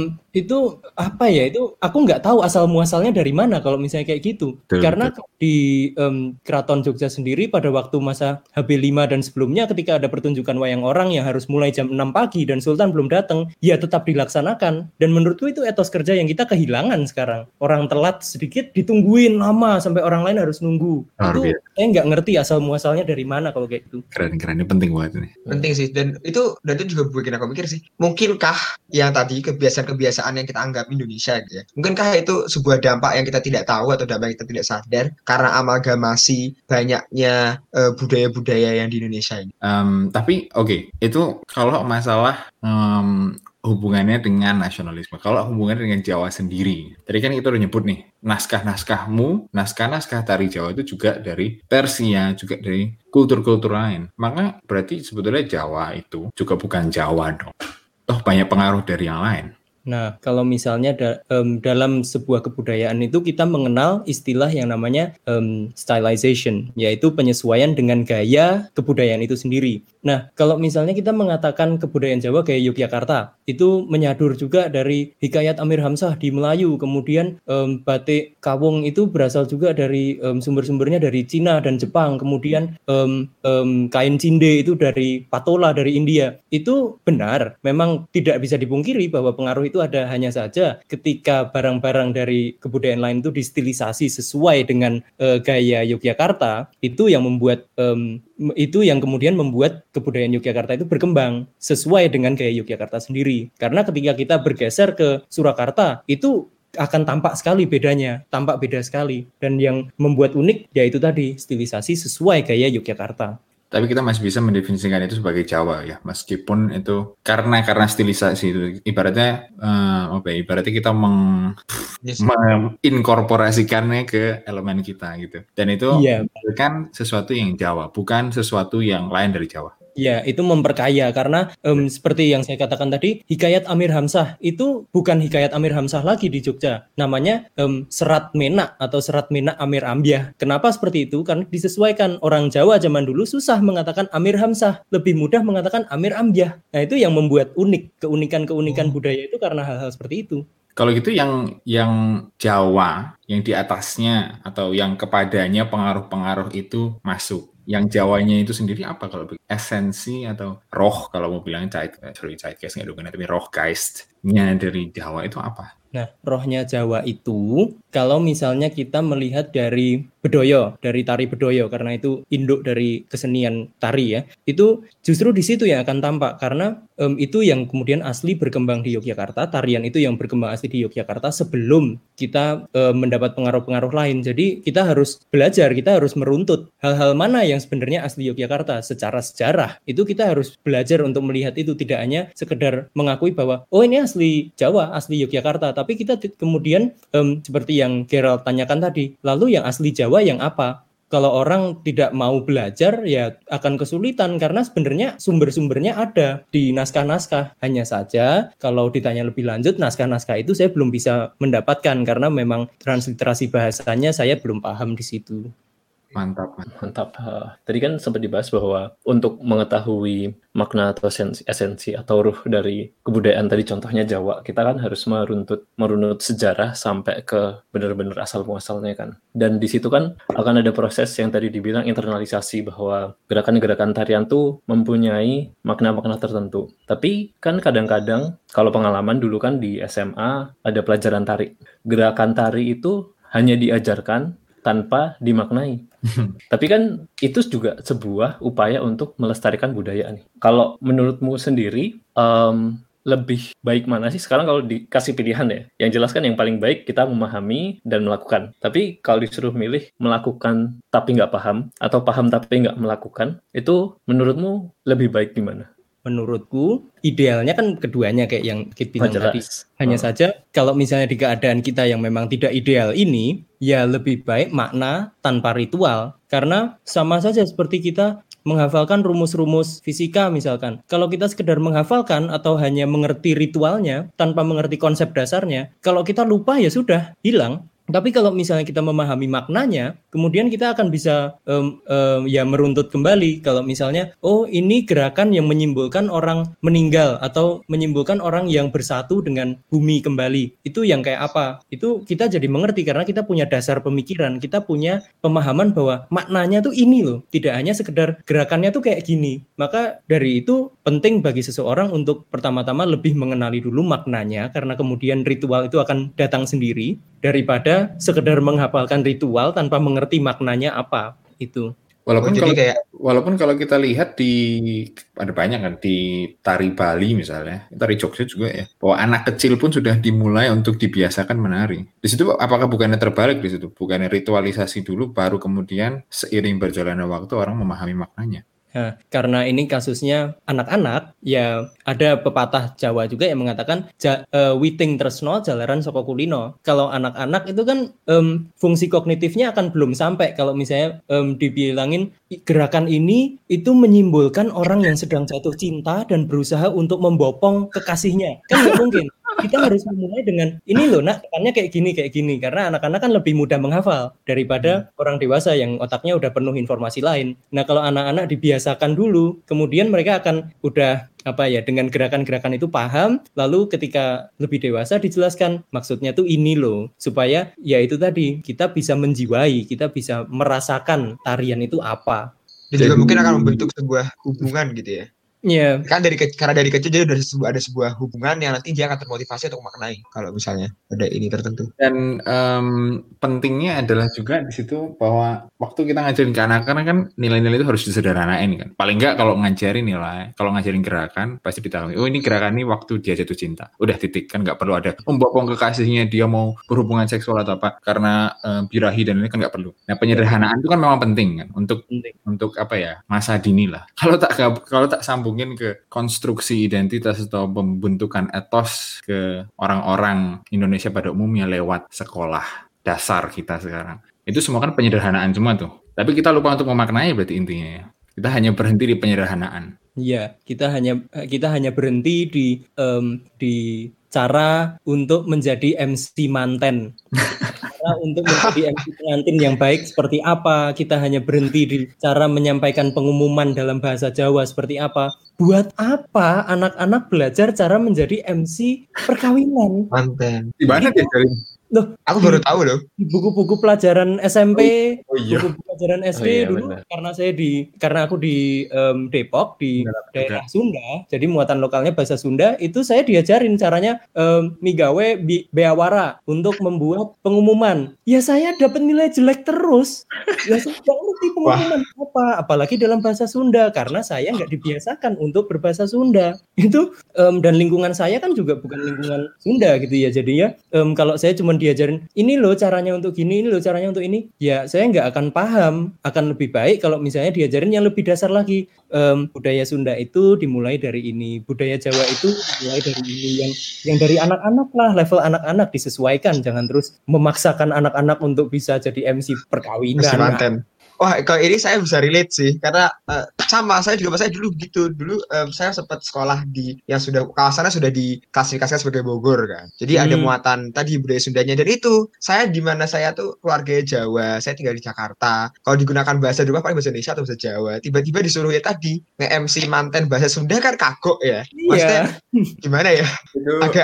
Itu apa ya, itu aku nggak tahu asal muasalnya dari mana kalau misalnya kayak gitu. Karena di Keraton Jogja sendiri pada waktu masa HB5 dan sebelumnya, ketika ada pertunjukan wayang orang yang harus mulai jam 6 pagi dan Sultan belum datang, ya tetap dilaksanakan. Dan menurutku itu etos kerja yang kita kehilangan sekarang. Orang telat sedikit ditungguin lama sampai orang lain harus nunggu. Itu saya nggak ngerti asal muasalnya dari mana kalau kayak gitu.
Keren, ini penting banget nih.
Penting sih, dan itu juga bikin aku mikir sih, mungkinkah yang tadi kebiasaan-kebiasaan yang kita anggap Indonesia gitu ya, mungkinkah itu sebuah dampak yang kita tidak tahu atau dampak yang kita tidak sadar karena amalgamasi banyaknya budaya-budaya yang di Indonesia ini.
Tapi itu kalau masalah hubungannya dengan nasionalisme. Kalau hubungannya dengan Jawa sendiri, tadi kan kita udah nyebut nih, naskah-naskahmu, naskah-naskah tari Jawa itu juga dari Persia, juga dari kultur-kultur lain. Maka berarti sebetulnya Jawa itu juga bukan Jawa dong. Toh banyak pengaruh dari yang lain.
Nah, kalau misalnya dalam sebuah kebudayaan itu kita mengenal istilah yang namanya stylization, yaitu penyesuaian dengan gaya kebudayaan itu sendiri. Nah, kalau misalnya kita mengatakan kebudayaan Jawa gaya Yogyakarta, itu menyadur juga dari Hikayat Amir Hamzah di Melayu, kemudian batik Kawung itu berasal juga dari sumber-sumbernya dari Cina dan Jepang, kemudian kain cinde itu dari Patola dari India. Itu benar, memang tidak bisa dipungkiri bahwa pengaruh itu ada, hanya saja ketika barang-barang dari kebudayaan lain itu distilisasi sesuai dengan gaya Yogyakarta, itu yang kemudian membuat kebudayaan Yogyakarta itu berkembang sesuai dengan gaya Yogyakarta sendiri. Karena ketika kita bergeser ke Surakarta, itu akan tampak sekali bedanya, tampak beda sekali. Dan yang membuat unik yaitu tadi stilisasi sesuai gaya Yogyakarta.
Tapi kita masih bisa mendefinisikan itu sebagai Jawa ya, meskipun itu karena stilisasi itu ibaratnya ibaratnya kita menginkorporasikannya ke elemen kita gitu. Dan itu bukan sesuatu yang Jawa, bukan sesuatu yang lain dari Jawa.
Ya, itu memperkaya karena seperti yang saya katakan tadi, Hikayat Amir Hamzah itu bukan Hikayat Amir Hamzah lagi di Jogja. Namanya Serat Menak atau Serat Menak Amir Ambyah. Kenapa seperti itu? Karena disesuaikan. Orang Jawa zaman dulu susah mengatakan Amir Hamzah, lebih mudah mengatakan Amir Ambyah. Nah, itu yang membuat unik, keunikan budaya itu karena hal-hal seperti itu.
Kalau gitu yang Jawa, yang di atasnya atau yang kepadanya pengaruh-pengaruh itu masuk. Yang Jawanya itu sendiri apa kalau esensi atau roh kalau mau bilang Zeitgeist nggak dukung, tapi roh geistnya dari Jawa itu apa?
Nah, rohnya Jawa itu kalau misalnya kita melihat dari Bedoyo, dari tari Bedoyo, karena itu induk dari kesenian tari ya, itu justru di situ yang akan tampak karena itu yang kemudian asli berkembang di Yogyakarta, tarian itu yang berkembang asli di Yogyakarta sebelum kita mendapat pengaruh-pengaruh lain. Jadi kita harus belajar, kita harus meruntut hal-hal mana yang sebenarnya asli Yogyakarta secara sejarah. Itu kita harus belajar untuk melihat itu, tidak hanya sekedar mengakui bahwa oh ini asli Jawa, asli Yogyakarta, tapi kita kemudian seperti yang Gerald tanyakan tadi, lalu yang asli Jawa yang apa? Kalau orang tidak mau belajar ya akan kesulitan karena sebenarnya sumber-sumbernya ada di naskah-naskah. Hanya saja kalau ditanya lebih lanjut naskah-naskah itu saya belum bisa mendapatkan karena memang transliterasi bahasanya saya belum paham di situ.
Mantap.
Tadi kan sempat dibahas bahwa untuk mengetahui makna atau esensi atau ruh dari kebudayaan tadi, contohnya Jawa, kita kan harus merunut sejarah sampai ke benar-benar asal muasalnya kan. Dan di situ kan akan ada proses yang tadi dibilang internalisasi, bahwa gerakan-gerakan tarian tuh mempunyai makna-makna tertentu. Tapi kan kadang-kadang kalau pengalaman dulu kan di SMA ada pelajaran tari. Gerakan tari itu hanya diajarkan tanpa dimaknai. Tapi kan itu juga sebuah upaya untuk melestarikan budaya nih. Kalau menurutmu sendiri, lebih baik mana sih sekarang kalau dikasih pilihan ya? Yang jelas kan yang paling baik kita memahami dan melakukan. Tapi kalau disuruh milih melakukan tapi nggak paham, atau paham tapi nggak melakukan, itu menurutmu lebih baik gimana?
Menurutku idealnya kan keduanya kayak yang Kit bilang tadi. Hanya saja kalau misalnya di keadaan kita yang memang tidak ideal ini, ya lebih baik makna tanpa ritual. Karena sama saja seperti kita menghafalkan rumus-rumus fisika misalkan. Kalau kita sekedar menghafalkan atau hanya mengerti ritualnya tanpa mengerti konsep dasarnya, kalau kita lupa ya sudah, hilang. Tapi kalau misalnya kita memahami maknanya, kemudian kita akan bisa ya meruntut kembali. Kalau misalnya, oh ini gerakan yang menyimbolkan orang meninggal atau menyimbolkan orang yang bersatu dengan bumi kembali. Itu yang kayak apa? Itu kita jadi mengerti karena kita punya dasar pemikiran. Kita punya pemahaman bahwa maknanya tuh ini loh. Tidak hanya sekedar gerakannya tuh kayak gini. Maka dari itu penting bagi seseorang untuk pertama-tama lebih mengenali dulu maknanya, karena kemudian ritual itu akan datang sendiri daripada sekedar menghafalkan ritual tanpa mengerti maknanya apa itu.
Walaupun kalau kita lihat ada banyak kan di tari Bali misalnya, tari Jogja juga ya, bahwa anak kecil pun sudah dimulai untuk dibiasakan menari. Di situ apakah bukannya terbalik di situ? Bukannya ritualisasi dulu baru kemudian seiring berjalannya waktu orang memahami maknanya?
Nah, karena ini kasusnya anak-anak, ya ada pepatah Jawa juga yang mengatakan witing tresno jalaran saka kulino. Kalau anak-anak itu kan fungsi kognitifnya akan belum sampai. Kalau misalnya dibilangin gerakan ini itu menyimbolkan orang yang sedang jatuh cinta dan berusaha untuk membopong kekasihnya, kan nggak mungkin. kita harus memulai dengan ini loh nak, tekannya kayak gini karena anak-anak kan lebih mudah menghafal daripada orang dewasa yang otaknya udah penuh informasi lain. Nah, kalau anak-anak dibiasakan dulu, kemudian mereka akan udah dengan gerakan-gerakan itu paham, lalu ketika lebih dewasa dijelaskan maksudnya tuh ini loh, supaya ya itu tadi kita bisa menjiwai, kita bisa merasakan tarian itu apa.
Dan juga mungkin akan membentuk sebuah hubungan gitu ya.
Iya.
Kan karena dari kecil jadi ada sebuah hubungan yang nanti dia akan termotivasi untuk memaknai kalau misalnya ada ini tertentu.
Dan pentingnya adalah juga di situ bahwa waktu kita ngajarin ke anak-anak kan nilai-nilai itu harus disederhanain kan. Paling enggak kalau ngajarin gerakan pasti ditahu. Oh ini gerakan ini waktu dia jatuh cinta. Udah titik kan, nggak perlu ada membopong kekasihnya dia mau berhubungan seksual atau apa karena birahi dan ini kan nggak perlu. Nah penyederhanaan itu kan memang penting kan untuk masa dini lah. Kalau tak sambungin ke konstruksi identitas atau pembentukan etos ke orang-orang Indonesia pada umumnya lewat sekolah dasar kita sekarang. Itu semua kan penyederhanaan semua tuh. Tapi kita lupa untuk memaknai berarti intinya. Kita hanya berhenti di penyederhanaan.
Iya, kita hanya berhenti di cara untuk menjadi MC manten. Cara untuk menjadi MC pengantin yang baik seperti apa, kita hanya berhenti di cara menyampaikan pengumuman dalam bahasa Jawa seperti apa. Buat apa anak-anak belajar cara menjadi MC perkawinan?
Manten.
Di mana dia cari?
Loh,
aku baru tahu loh.
Di buku-buku pelajaran SMP,
iya.
buku pelajaran SD dulu,
benar.
karena aku di Depok di daerah Sunda, jadi muatan lokalnya bahasa Sunda, itu saya diajarin caranya migawe beawara untuk membuat pengumuman. Ya saya dapat nilai jelek terus. Ya saya nggak ngerti pengumuman apa, apalagi dalam bahasa Sunda karena saya nggak dibiasakan untuk berbahasa Sunda. Itu dan lingkungan saya kan juga bukan lingkungan Sunda gitu ya. Jadinya kalau saya cuma diajarin ini loh caranya untuk gini, ini loh caranya untuk ini, ya saya nggak akan paham. Akan lebih baik kalau misalnya diajarin yang lebih dasar lagi. Budaya Sunda itu dimulai dari ini, budaya Jawa itu dimulai dari ini, yang dari anak-anak lah, level anak-anak disesuaikan, jangan terus memaksakan anak-anak untuk bisa jadi MC perkawinan.
MC manten. Wah, kalau ini saya bisa relate sih, karena sama saya dulu gitu. Dulu saya sempat sekolah di yang sudah kawasannya sudah diklasifikasikan sebagai Bogor kan. Jadi ada muatan tadi budaya Sundanya, dan itu di mana saya tuh keluarga Jawa, saya tinggal di Jakarta. Kalau digunakan bahasa di rumah paling bahasa Indonesia atau bahasa Jawa. Tiba-tiba disuruh ya tadi nge-MC manten bahasa Sunda kan kagok ya. Maksudnya gimana ya? Agak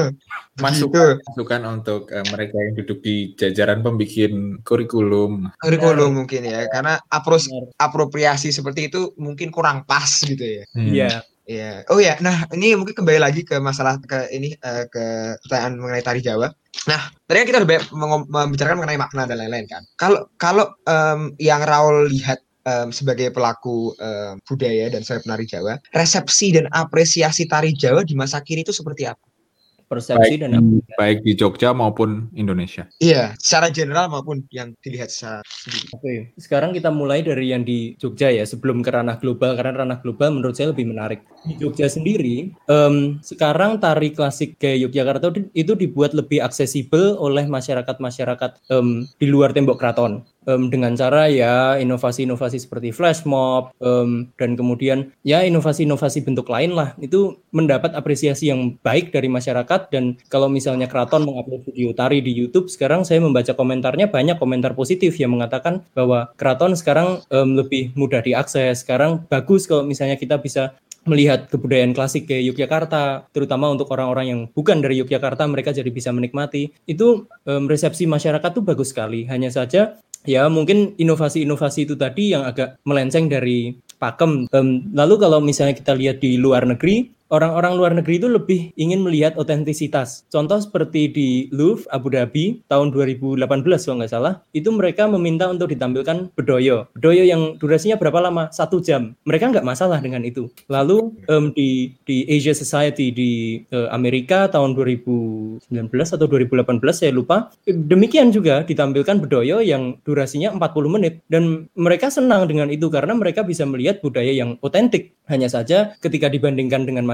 masukan untuk mereka yang duduk di jajaran pembikin kurikulum
mungkin ya, karena apropriasi seperti itu mungkin kurang pas gitu ya. Iya. Oh ya, nah ini mungkin kembali lagi ke masalah ke pertanyaan mengenai tari Jawa. Nah, tadi kan kita udah membicarakan mengenai makna dan lain-lain kan. Kalau yang Raul lihat sebagai pelaku budaya dan sebagai penari Jawa, resepsi dan apresiasi tari Jawa di masa kini itu seperti apa?
Persepsi
baik di Jogja maupun Indonesia.
Iya, secara general maupun yang dilihat secara sendiri.
Oke, sekarang kita mulai dari yang di Jogja ya, sebelum ke ranah global, karena ranah global menurut saya lebih menarik. Di Jogja sendiri, sekarang tari klasik kayak Yogyakarta itu dibuat lebih aksesibel oleh masyarakat-masyarakat di luar tembok keraton. Dengan cara ya inovasi-inovasi seperti flash mob dan kemudian ya inovasi-inovasi bentuk lain lah, itu mendapat apresiasi yang baik dari masyarakat. Dan kalau misalnya keraton mengupload video tari di YouTube, sekarang saya membaca komentarnya banyak komentar positif yang mengatakan bahwa keraton sekarang lebih mudah diakses. Sekarang bagus kalau misalnya kita bisa melihat kebudayaan klasik ke Yogyakarta, terutama untuk orang-orang yang bukan dari Yogyakarta, mereka jadi bisa menikmati. Itu resepsi masyarakat tuh bagus sekali. Hanya saja ya mungkin inovasi-inovasi itu tadi yang agak melenceng dari pakem. Lalu kalau misalnya kita lihat di luar negeri, orang-orang luar negeri itu lebih ingin melihat otentisitas. Contoh seperti di Louvre, Abu Dhabi, tahun 2018 kalau nggak salah, itu mereka meminta untuk ditampilkan bedoyo. Bedoyo yang durasinya berapa lama? 1 jam. Mereka nggak masalah dengan itu. Lalu di Asia Society di Amerika tahun 2019 atau 2018, saya lupa, demikian juga ditampilkan bedoyo yang durasinya 40 menit. Dan mereka senang dengan itu karena mereka bisa melihat budaya yang otentik. Hanya saja ketika dibandingkan dengan masyarakat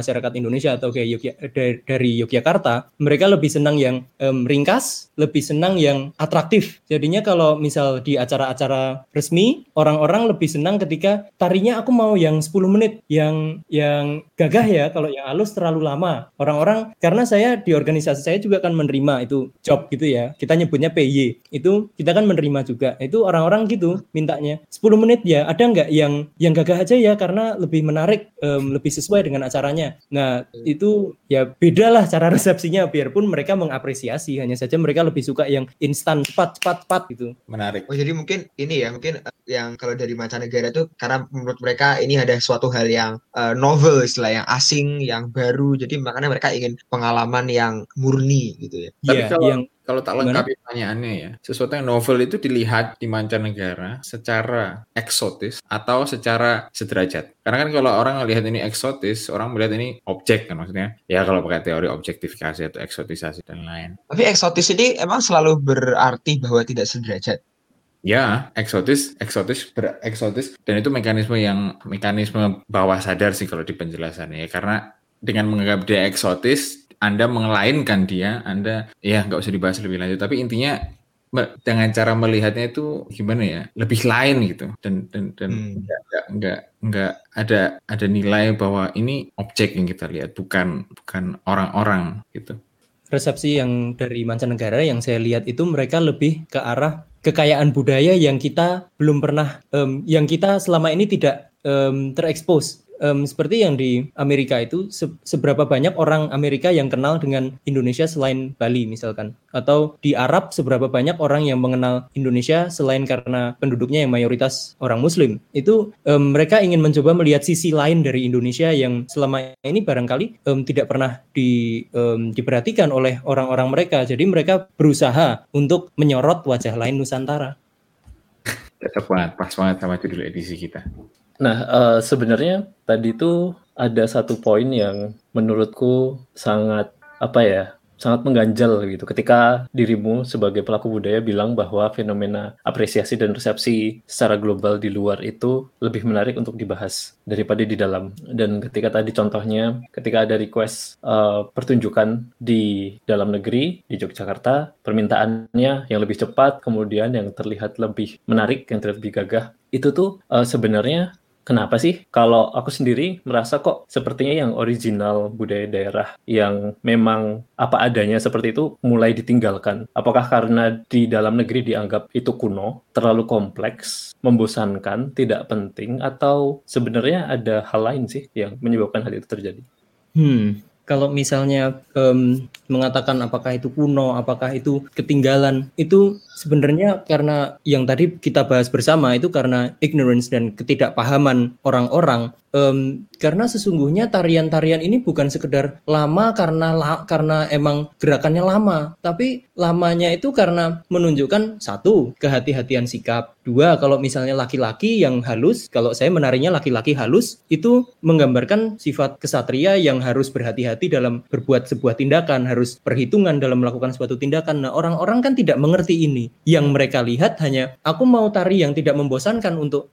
masyarakat Indonesia atau kayak dari Yogyakarta, mereka lebih senang yang ringkas, lebih senang yang atraktif. Jadinya kalau misal di acara-acara resmi, orang-orang lebih senang ketika tarinya aku mau yang 10 menit, yang gagah ya, kalau yang halus terlalu lama. Orang-orang, karena saya di organisasi saya juga kan menerima itu job gitu ya, kita nyebutnya PY, itu kita kan menerima juga. Itu orang-orang gitu mintanya 10 menit ya, ada nggak yang gagah aja ya, karena lebih menarik, lebih sesuai dengan acaranya. Nah itu ya beda lah cara resepsinya, biarpun mereka mengapresiasi, hanya saja mereka lebih suka yang instan, cepat gitu.
Menarik.
Oh jadi mungkin ini ya, mungkin yang kalau dari mancanegara tuh karena menurut mereka ini ada suatu hal yang novel, istilah yang asing, yang baru, jadi makanya mereka ingin pengalaman yang murni gitu ya.
Tapi
Iya,
kalau tak lengkapi pertanyaannya ya, sesuatu yang novel itu dilihat di mancanegara secara eksotis atau secara sederajat. Karena kan kalau orang melihat ini eksotis, orang melihat ini objek kan, maksudnya. Ya kalau pakai teori objektifikasi atau eksotisasi dan lain.
Tapi eksotis ini emang selalu berarti bahwa tidak sederajat.
Ya, eksotis, dan itu mekanisme bawah sadar sih kalau di penjelasannya ya, karena dengan menganggap dia eksotis, Anda mengelainkan dia, Anda ya nggak usah dibahas lebih lanjut, tapi intinya dengan cara melihatnya itu gimana ya, lebih lain gitu, dan nggak ada nilai bahwa ini objek yang kita lihat, bukan orang-orang gitu.
Resepsi yang dari mancanegara yang saya lihat itu mereka lebih ke arah kekayaan budaya yang kita belum pernah, yang kita selama ini tidak terekspos. Seperti yang di Amerika itu, seberapa banyak orang Amerika yang kenal dengan Indonesia selain Bali misalkan, atau di Arab seberapa banyak orang yang mengenal Indonesia selain karena penduduknya yang mayoritas orang Muslim. Itu mereka ingin mencoba melihat sisi lain dari Indonesia yang selama ini barangkali tidak pernah diperhatikan oleh orang-orang mereka. Jadi mereka berusaha untuk menyorot wajah lain Nusantara.
Cocok banget, pas banget sama judul edisi kita.
Nah, sebenarnya tadi tuh ada satu poin yang menurutku sangat sangat mengganjal gitu. Ketika dirimu sebagai pelaku budaya bilang bahwa fenomena apresiasi dan resepsi secara global di luar itu lebih menarik untuk dibahas daripada di dalam. Dan ketika tadi contohnya, ketika ada request pertunjukan di dalam negeri, di Yogyakarta, permintaannya yang lebih cepat, kemudian yang terlihat lebih menarik, yang terlihat lebih gagah, itu tuh sebenarnya kenapa sih? Kalau aku sendiri merasa kok sepertinya yang original budaya daerah yang memang apa adanya seperti itu mulai ditinggalkan. Apakah karena di dalam negeri dianggap itu kuno, terlalu kompleks, membosankan, tidak penting, atau sebenarnya ada hal lain sih yang menyebabkan hal itu terjadi?
Kalau misalnya mengatakan apakah itu kuno, apakah itu ketinggalan, itu sebenarnya karena yang tadi kita bahas bersama itu karena ignorance dan ketidakpahaman orang-orang. Karena sesungguhnya tarian-tarian ini bukan sekedar lama karena emang gerakannya lama, tapi lamanya itu karena menunjukkan satu, kehati-hatian sikap. Dua, kalau misalnya laki-laki yang halus, kalau saya menarinya laki-laki halus, itu menggambarkan sifat kesatria yang harus berhati-hati dalam berbuat sebuah tindakan, harus perhitungan dalam melakukan suatu tindakan. Nah, orang-orang kan tidak mengerti ini. Yang mereka lihat hanya aku mau tari yang tidak membosankan untuk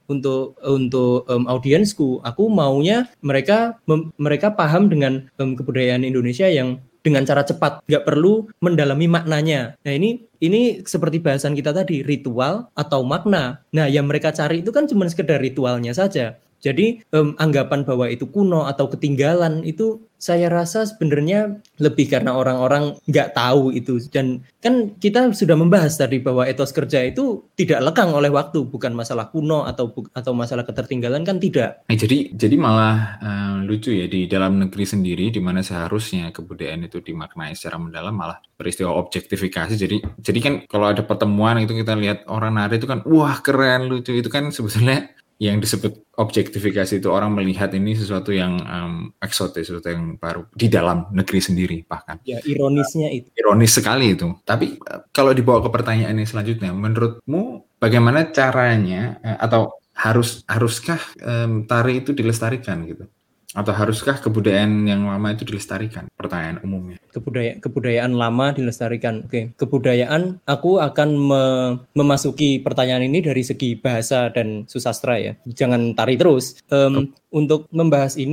audiensku. Aku maunya mereka paham dengan kebudayaan Indonesia yang dengan cara cepat, nggak perlu mendalami maknanya. Nah ini seperti bahasan kita tadi, ritual atau makna. Nah yang mereka cari itu kan cuma sekedar ritualnya saja. Jadi anggapan bahwa itu kuno atau ketinggalan itu saya rasa sebenarnya lebih karena orang-orang nggak tahu itu. Dan kan kita sudah membahas tadi bahwa etos kerja itu tidak lekang oleh waktu, bukan masalah kuno atau masalah ketertinggalan, kan tidak.
Jadi malah lucu ya, di dalam negeri sendiri di mana seharusnya kebudayaan itu dimaknai secara mendalam malah peristiwa objektifikasi. Jadi kan kalau ada pertemuan itu kita lihat orang nari itu kan wah keren, lucu, itu kan sebetulnya yang disebut objektifikasi itu orang melihat ini sesuatu yang eksotis, sesuatu yang baru di dalam negeri sendiri bahkan.
Ya, ironisnya itu.
Ironis sekali itu. Tapi kalau dibawa ke pertanyaan yang selanjutnya, menurutmu bagaimana caranya atau haruskah tari itu dilestarikan gitu? Atau haruskah kebudayaan yang lama itu dilestarikan? Pertanyaan umumnya.
Kebudayaan lama dilestarikan. Oke. Kebudayaan, aku akan memasuki pertanyaan ini dari segi bahasa dan susastra ya. Jangan tari terus. Untuk membahas ini,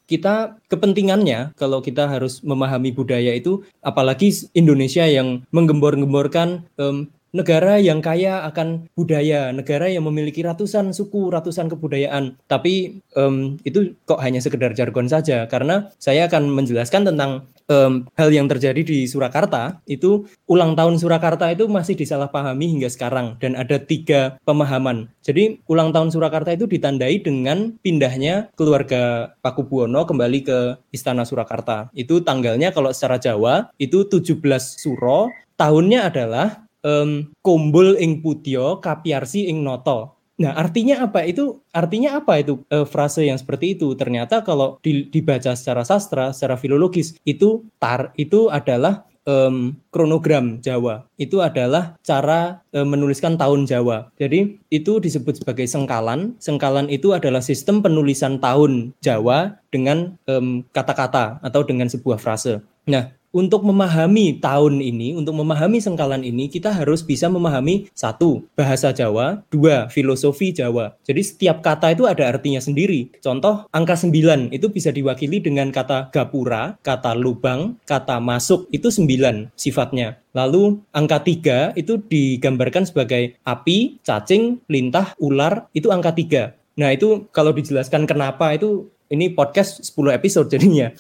kita kepentingannya kalau kita harus memahami budaya itu, apalagi Indonesia yang menggembor-gemborkan negara yang kaya akan budaya, negara yang memiliki ratusan suku, ratusan kebudayaan. Tapi itu kok hanya sekedar jargon saja, karena saya akan menjelaskan tentang hal yang terjadi di Surakarta. Itu ulang tahun Surakarta itu masih disalahpahami hingga sekarang, dan ada 3 pemahaman. Jadi ulang tahun Surakarta itu ditandai dengan pindahnya keluarga Pakubuwono kembali ke Istana Surakarta. Itu tanggalnya kalau secara Jawa itu 17 Suro, tahunnya adalah Kumbul ing Putya Kapyarsi ing Noto. Nah, artinya apa itu? Frase yang seperti itu? Ternyata kalau dibaca secara sastra, secara filologis, itu adalah kronogram Jawa. Itu adalah cara menuliskan tahun Jawa. Jadi itu disebut sebagai sengkalan. Sengkalan itu adalah sistem penulisan tahun Jawa dengan kata-kata atau dengan sebuah frase. Nah, untuk memahami tahun ini, untuk memahami sengkalan ini, kita harus bisa memahami 1. bahasa Jawa, 2. filosofi Jawa. Jadi setiap kata itu ada artinya sendiri. Contoh, angka 9 itu bisa diwakili dengan kata gapura, kata lubang, kata masuk, itu 9 sifatnya. Lalu angka 3 itu digambarkan sebagai api, cacing, lintah, ular, itu angka 3. Nah, itu kalau dijelaskan kenapa itu, ini podcast 10 episode jadinya.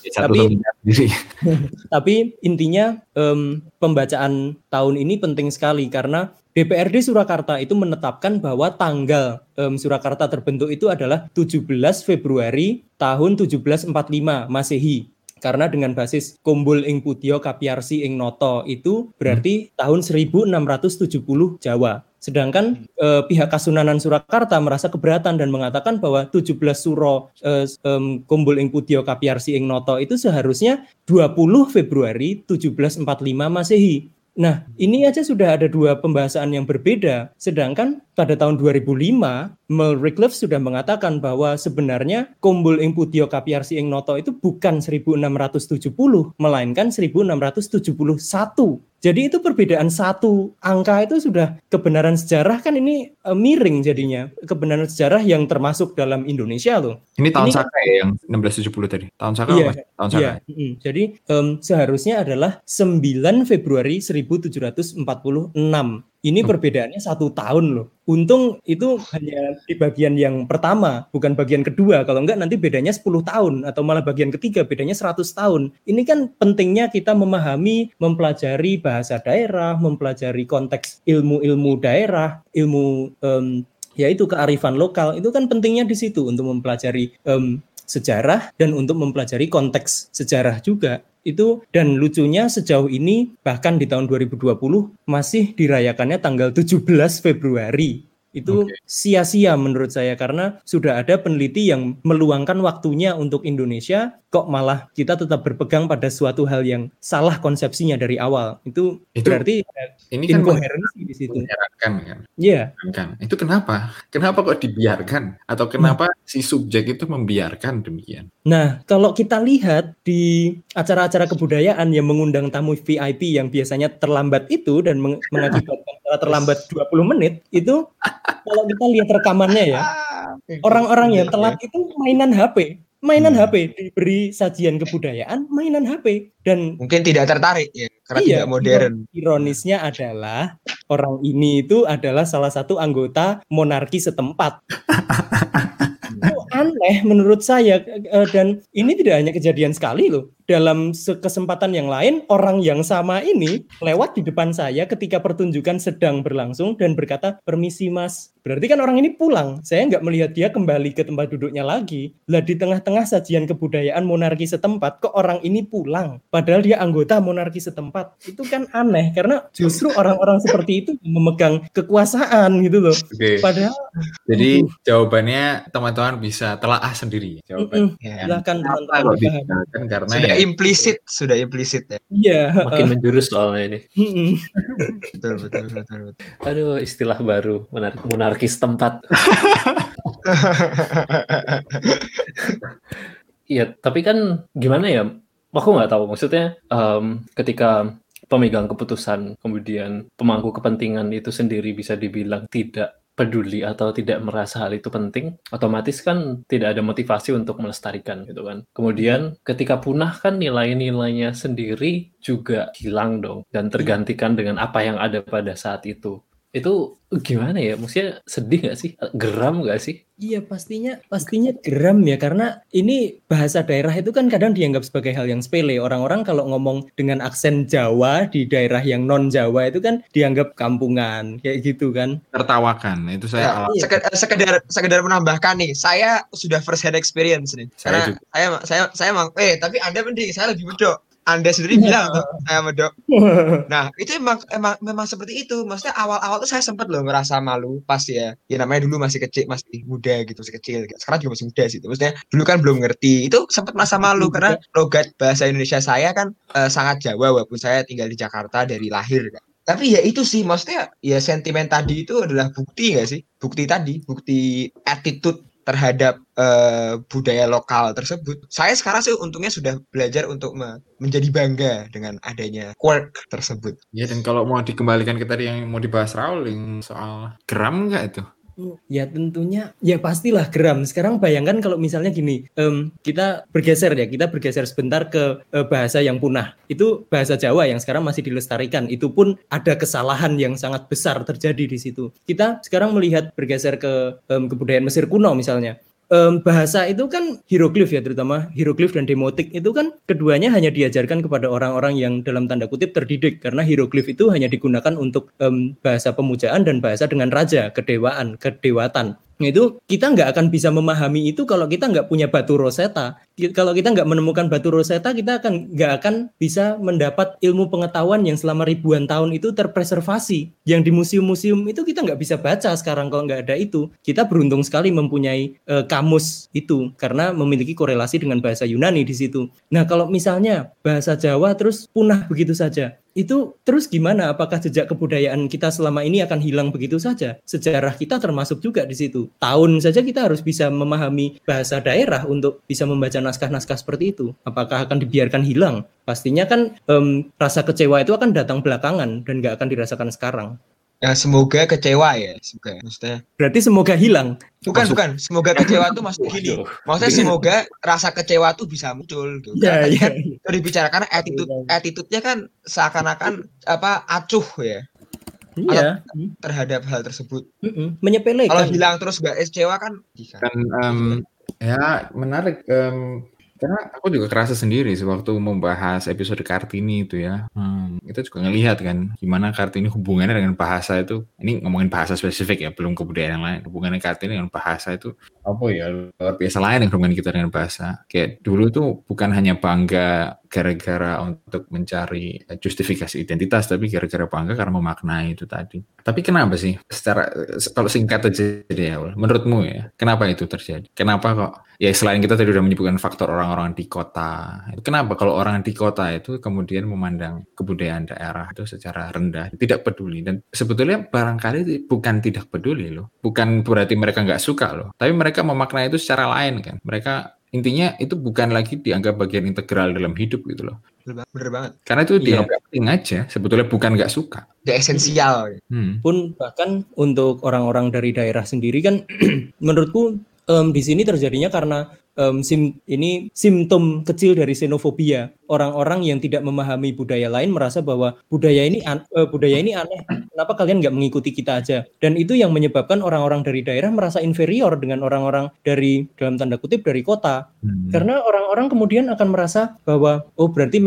Tapi intinya pembacaan tahun ini penting sekali karena DPRD Surakarta itu menetapkan bahwa tanggal Surakarta terbentuk itu adalah 17 Februari tahun 1745 Masehi. Karena dengan basis Kumbul ing Putya Kapyarsi ing Noto itu berarti tahun 1670 Jawa. Sedangkan pihak Kasunanan Surakarta merasa keberatan dan mengatakan bahwa 17 Suro Kumbul ing Putya Kapyarsi ing Noto itu seharusnya 20 Februari 1745 Masehi. Nah, ini aja sudah ada 2 pembahasan yang berbeda. Sedangkan pada tahun 2005, Mel Rickliff sudah mengatakan bahwa sebenarnya Kumbul ing Putya Kapyarsi ing Noto itu bukan 1670, melainkan 1671. Jadi itu perbedaan 1 angka itu sudah kebenaran sejarah kan ini miring jadinya. Kebenaran sejarah yang termasuk dalam Indonesia loh.
Ini tahun Saka ya yang 1670 tadi. Tahun Saka
iya,
tahun Saka.
Iya. Jadi seharusnya adalah 9 Februari 1746. Ini perbedaannya 1 tahun loh. Untung itu hanya di bagian yang pertama, bukan bagian kedua. Kalau enggak nanti bedanya 10 tahun atau malah bagian ketiga bedanya 100 tahun. Ini kan pentingnya kita memahami, mempelajari bahasa daerah, mempelajari konteks ilmu-ilmu daerah, ilmu yaitu kearifan lokal. Itu kan pentingnya di situ untuk mempelajari sejarah dan untuk mempelajari konteks sejarah juga. Itu dan lucunya sejauh ini bahkan di tahun 2020 masih dirayakannya tanggal 17 Februari. Itu sia-sia menurut saya karena sudah ada peneliti yang meluangkan waktunya untuk Indonesia, kok malah kita tetap berpegang pada suatu hal yang salah konsepsinya dari awal. Itu berarti
ini kan
inkoherensi di situ.
Menyeratkan kan?
Iya.
Kan. Itu kenapa? Kenapa kok dibiarkan? Atau kenapa si subjek itu membiarkan demikian?
Nah, kalau kita lihat di acara-acara kebudayaan yang mengundang tamu VIP yang biasanya terlambat itu dan mengakibatkan terlambat 20 menit, itu kalau kita lihat rekamannya ya, orang-orang yang telat itu mainan HP. Diberi sajian kebudayaan, mainan HP. Dan
mungkin tidak tertarik ya, karena tidak modern.
Ironisnya adalah orang ini itu adalah salah satu anggota monarki setempat. Itu aneh menurut saya, dan ini tidak hanya kejadian sekali loh. Dalam kesempatan yang lain, orang yang sama ini lewat di depan saya ketika pertunjukan sedang berlangsung dan berkata, "Permisi mas." Berarti kan orang ini pulang. Saya nggak melihat dia kembali ke tempat duduknya lagi. Lah di tengah-tengah sajian kebudayaan monarki setempat, kok orang ini pulang? Padahal dia anggota monarki setempat. Itu kan aneh, karena justru orang-orang seperti itu memegang kekuasaan gitu loh. Padahal
jadi jawabannya teman-teman bisa telaah sendiri. Jawaban.
Silakan teman-teman.
Karena
sudah implisit ya.
Iya.
Makin menjurus soalnya ini.
Betul.
Aduh, istilah baru monarki setempat. Iya, tapi kan gimana ya? Aku nggak tahu. Maksudnya ketika pemegang keputusan kemudian pemangku kepentingan itu sendiri bisa dibilang tidak peduli atau tidak merasa hal itu penting, otomatis kan tidak ada motivasi untuk melestarikan gitu kan. Kemudian ketika punah kan nilai-nilainya sendiri juga hilang dong dan tergantikan dengan apa yang ada pada saat itu. Itu gimana ya? Maksudnya sedih nggak sih? Geram nggak sih?
Iya, pastinya geram ya, karena ini bahasa daerah itu kan kadang dianggap sebagai hal yang sepele. Orang-orang kalau ngomong dengan aksen Jawa di daerah yang non Jawa itu kan dianggap kampungan kayak gitu kan.
Tertawakan itu saya
sekedar menambahkan nih, saya sudah first hand experience nih.
Saya
Karena saya emang tapi Anda mending, saya lebih medok. Anda sendiri bilang tuh saya medok. Nah, itu memang seperti itu. Maksudnya awal-awal tuh saya sempat loh ngerasa malu pas ya namanya dulu masih kecil, masih muda gitu, masih kecil. Sekarang juga masih muda sih. Maksudnya dulu kan belum ngerti. Itu sempat merasa malu karena logat bahasa Indonesia saya kan sangat Jawa walaupun saya tinggal di Jakarta dari lahir kan. Tapi ya itu sih, maksudnya ya sentimen tadi itu adalah bukti nggak sih? Bukti attitude terhadap budaya lokal tersebut. Saya sekarang sih untungnya sudah belajar untuk menjadi bangga dengan adanya quirk tersebut.
Ya, dan kalau mau dikembalikan ke tadi yang mau dibahas Raul yang soal geram nggak itu?
Ya tentunya, ya pastilah geram. Sekarang bayangkan kalau misalnya gini, kita bergeser sebentar ke bahasa yang punah. Itu bahasa Jawa yang sekarang masih dilestarikan. Itu pun ada kesalahan yang sangat besar terjadi di situ. Kita sekarang melihat bergeser ke kebudayaan Mesir kuno misalnya. Bahasa itu kan hieroglif ya, terutama hieroglif dan demotik itu kan keduanya hanya diajarkan kepada orang-orang yang dalam tanda kutip terdidik, karena hieroglif itu hanya digunakan untuk bahasa pemujaan dan bahasa dengan raja, kedewatan. Nah, itu kita nggak akan bisa memahami itu kalau kita nggak punya batu Rosetta. Kalau kita nggak menemukan batu Rosetta, kita nggak akan bisa mendapat ilmu pengetahuan yang selama ribuan tahun itu terpreservasi. Yang di museum-museum itu kita nggak bisa baca sekarang kalau nggak ada itu. Kita beruntung sekali mempunyai kamus itu karena memiliki korelasi dengan bahasa Yunani di situ. Nah, kalau misalnya bahasa Jawa terus punah begitu saja, itu terus gimana? Apakah jejak kebudayaan kita selama ini akan hilang begitu saja? Sejarah kita termasuk juga di situ. Tahun saja kita harus bisa memahami bahasa daerah untuk bisa membaca naskah-naskah seperti itu. Apakah akan dibiarkan hilang? Pastinya kan rasa kecewa itu akan datang belakangan dan nggak akan dirasakan sekarang.
Ya, semoga kecewa ya, maksudnya.
Berarti semoga hilang.
Bukan. Semoga kecewa tuh maksudnya gini. Maksudnya semoga rasa kecewa tuh bisa muncul gitu.
Ya,
kan dibicarakan attitude-nya kan seakan-akan acuh ya.
Iya.
Terhadap hal tersebut.
Menyepelekan.
Kalau hilang terus gak kecewa kan.
Ya menarik. Karena aku juga kerasa sendiri sewaktu membahas episode Kartini itu ya. Kita juga ngelihat kan gimana Kartini hubungannya dengan bahasa itu. Ini ngomongin bahasa spesifik ya, belum kebudayaan yang lain. Hubungannya Kartini dengan bahasa itu apa ya, luar biasa lain yang hubungan kita dengan bahasa. Kayak dulu tuh bukan hanya bangga gara-gara untuk mencari justifikasi identitas, tapi gara-gara bangga karena memaknai itu tadi. Tapi kenapa sih? Kalau singkat aja deh ya, menurutmu ya, kenapa itu terjadi? Kenapa kok? Ya selain kita tadi udah menyebutkan faktor orang-orang di kota, kenapa kalau orang di kota itu kemudian memandang kebudayaan daerah itu secara rendah, tidak peduli? Dan sebetulnya barangkali bukan tidak peduli loh, bukan berarti mereka nggak suka loh, tapi mereka memaknai itu secara lain kan. Mereka intinya itu bukan lagi dianggap bagian integral dalam hidup gitu loh.
Bener banget.
Karena itu dianggap penting aja, sebetulnya bukan nggak suka.
Udah esensial.
Pun bahkan untuk orang-orang dari daerah sendiri kan, menurutku di sini terjadinya karena ini simptom kecil dari xenofobia. Orang-orang yang tidak memahami budaya lain merasa bahwa budaya ini aneh. Kenapa kalian nggak mengikuti kita aja? Dan itu yang menyebabkan orang-orang dari daerah merasa inferior dengan orang-orang dari dalam tanda kutip dari kota. Karena orang-orang kemudian akan merasa bahwa berarti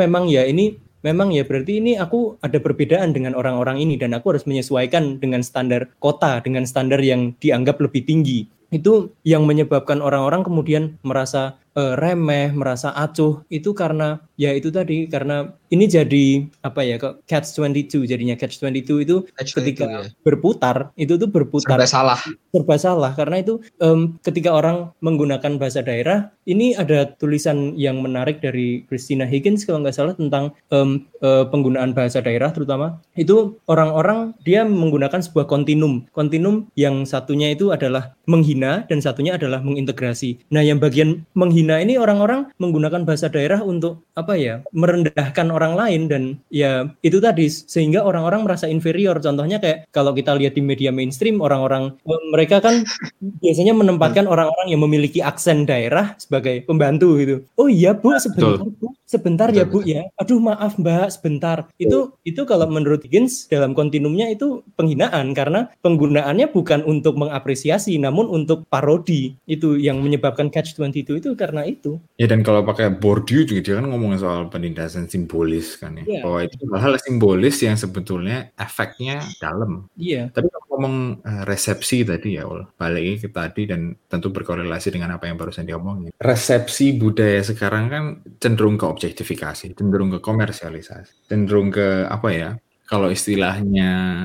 berarti ini aku ada perbedaan dengan orang-orang ini dan aku harus menyesuaikan dengan standar kota, dengan standar yang dianggap lebih tinggi. Itu yang menyebabkan orang-orang kemudian merasa remeh, merasa acuh. Itu karena ya itu tadi, karena ini jadi catch-22 jadinya. Catch-22 itu ketika berputar, itu tuh berputar serba salah karena itu ketika orang menggunakan bahasa daerah, ini ada tulisan yang menarik dari Christina Higgins kalau nggak salah tentang penggunaan bahasa daerah terutama. Itu orang-orang dia menggunakan sebuah kontinum yang satunya itu adalah menghina dan satunya adalah mengintegrasi. Nah, yang bagian menghina menghina ini orang-orang menggunakan bahasa daerah untuk merendahkan orang lain, dan ya itu tadi sehingga orang-orang merasa inferior. Contohnya kayak kalau kita lihat di media mainstream, orang-orang mereka kan biasanya menempatkan orang-orang yang memiliki aksen daerah sebagai pembantu gitu. Oh iya Bu, sebentar ya Bu ya. Aduh maaf Mbak, sebentar. Itu kalau menurut Higgins dalam kontinumnya itu penghinaan, karena penggunaannya bukan untuk mengapresiasi namun untuk parodi. Itu yang menyebabkan catch-22 itu karena itu.
Ya, dan kalau pakai Bourdieu juga dia kan ngomongin soal penindasan simbolis kan ya.
Iya.
Bahwa itu hal simbolis yang sebetulnya efeknya dalam.
Iya.
Tapi kalau ngomong resepsi tadi ya, balik ke tadi dan tentu berkorelasi dengan apa yang barusan diomongin. Resepsi budaya sekarang kan cenderung ke objektifikasi, cenderung ke komersialisasi, cenderung ke kalau istilahnya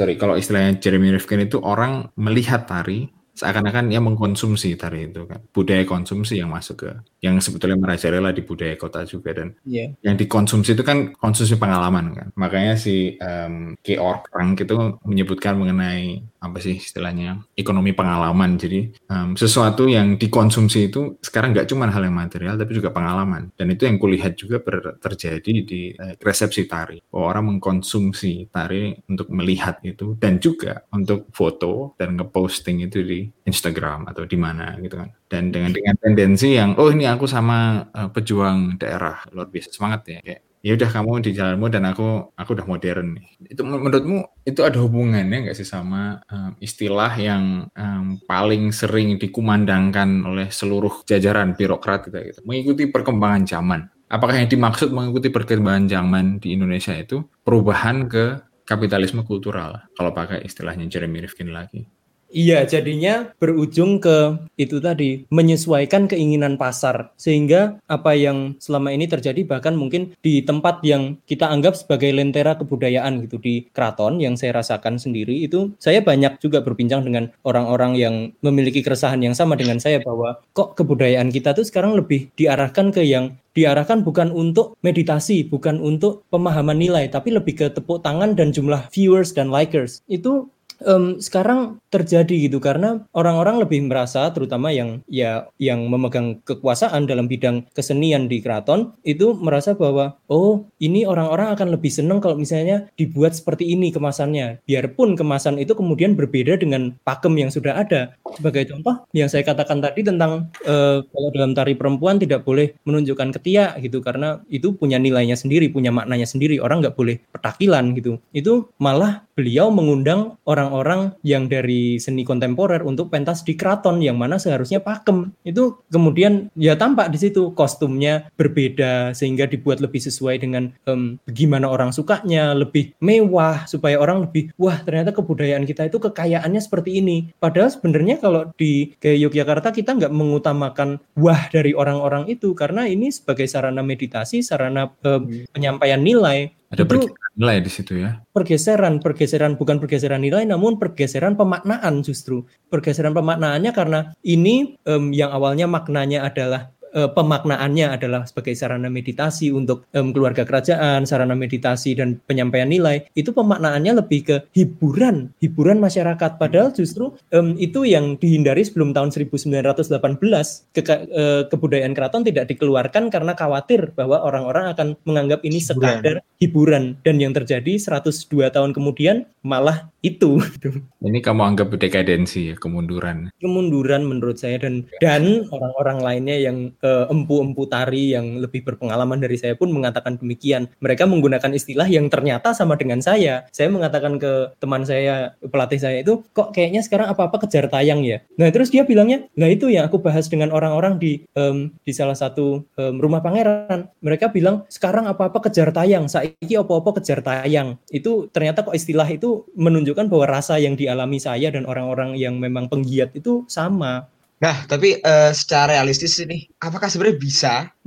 Jeremy Rifkin itu orang melihat tari seakan-akan ia mengkonsumsi tari itu kan, budaya konsumsi yang masuk ke yang sebetulnya merajalela di budaya kota juga, dan yang dikonsumsi itu kan konsumsi pengalaman kan. Makanya si Georg Frank itu menyebutkan mengenai istilahnya ekonomi pengalaman. Jadi sesuatu yang dikonsumsi itu sekarang nggak cuma hal yang material tapi juga pengalaman, dan itu yang kulihat juga terjadi di resepsi tari, bahwa orang mengkonsumsi tari untuk melihat itu dan juga untuk foto dan ngeposting itu di Instagram atau di mana gitu kan. Dan dengan tendensi yang ini aku sama pejuang daerah luar biasa semangat ya, kayak ya udah kamu di jalanmu dan aku udah modern nih. Itu menurutmu itu ada hubungannya nggak sih sama istilah yang paling sering dikumandangkan oleh seluruh jajaran birokrat gitu, mengikuti perkembangan zaman? Apakah yang dimaksud mengikuti perkembangan zaman di Indonesia itu perubahan ke kapitalisme kultural kalau pakai istilahnya Jeremy Rifkin lagi?
Iya, jadinya berujung ke itu tadi, menyesuaikan keinginan pasar. Sehingga apa yang selama ini terjadi, bahkan mungkin di tempat yang kita anggap sebagai lentera kebudayaan gitu, di keraton yang saya rasakan sendiri, itu saya banyak juga berbincang dengan orang-orang yang memiliki keresahan yang sama dengan saya, bahwa kok kebudayaan kita tuh sekarang lebih diarahkan bukan untuk meditasi, bukan untuk pemahaman nilai, tapi lebih ke tepuk tangan dan jumlah viewers dan likers. Itu sekarang terjadi gitu, karena orang-orang lebih merasa, terutama yang memegang kekuasaan dalam bidang kesenian di keraton, itu merasa bahwa ini orang-orang akan lebih senang kalau misalnya dibuat seperti ini kemasannya, biarpun kemasan itu kemudian berbeda dengan pakem yang sudah ada. Sebagai contoh yang saya katakan tadi tentang kalau dalam tari perempuan tidak boleh menunjukkan ketiak gitu, karena itu punya nilainya sendiri, punya maknanya sendiri, orang nggak boleh petakilan gitu. Itu malah beliau mengundang orang-orang yang dari seni kontemporer untuk pentas di keraton, yang mana seharusnya pakem. Itu kemudian ya tampak di situ kostumnya berbeda, sehingga dibuat lebih sesuai dengan bagaimana orang sukanya, lebih mewah, supaya orang lebih, wah ternyata kebudayaan kita itu kekayaannya seperti ini. Padahal sebenarnya kalau di Yogyakarta kita nggak mengutamakan wah dari orang-orang itu, karena ini sebagai sarana meditasi, sarana penyampaian nilai.
Ada pergeseran nilai di situ ya.
Pergeseran bukan pergeseran nilai, namun pergeseran pemaknaan justru. Pergeseran pemaknaannya karena ini yang awalnya maknanya adalah pemaknaannya adalah sebagai sarana meditasi untuk keluarga kerajaan, sarana meditasi dan penyampaian nilai, itu pemaknaannya lebih ke hiburan masyarakat. Padahal justru itu yang dihindari sebelum tahun 1918. Kebudayaan keraton tidak dikeluarkan karena khawatir bahwa orang-orang akan menganggap ini sekadar hiburan, dan yang terjadi 102 tahun kemudian malah itu.
Ini kamu anggap dekadensi ya, kemunduran
menurut saya, dan orang-orang lainnya yang empu-empu tari yang lebih berpengalaman dari saya pun mengatakan demikian. Mereka menggunakan istilah yang ternyata sama dengan saya. Saya mengatakan ke teman saya, pelatih saya itu, kok kayaknya sekarang apa-apa kejar tayang ya. Nah terus dia bilangnya, nah itu yang aku bahas dengan orang-orang di salah satu rumah pangeran. Mereka bilang sekarang apa-apa kejar tayang, saiki apa-apa kejar tayang. Itu ternyata kok istilah itu menunjukkan bahwa rasa yang dialami saya dan orang-orang yang memang penggiat itu sama.
Nah, tapi secara realistis ini, apakah sebenarnya bisa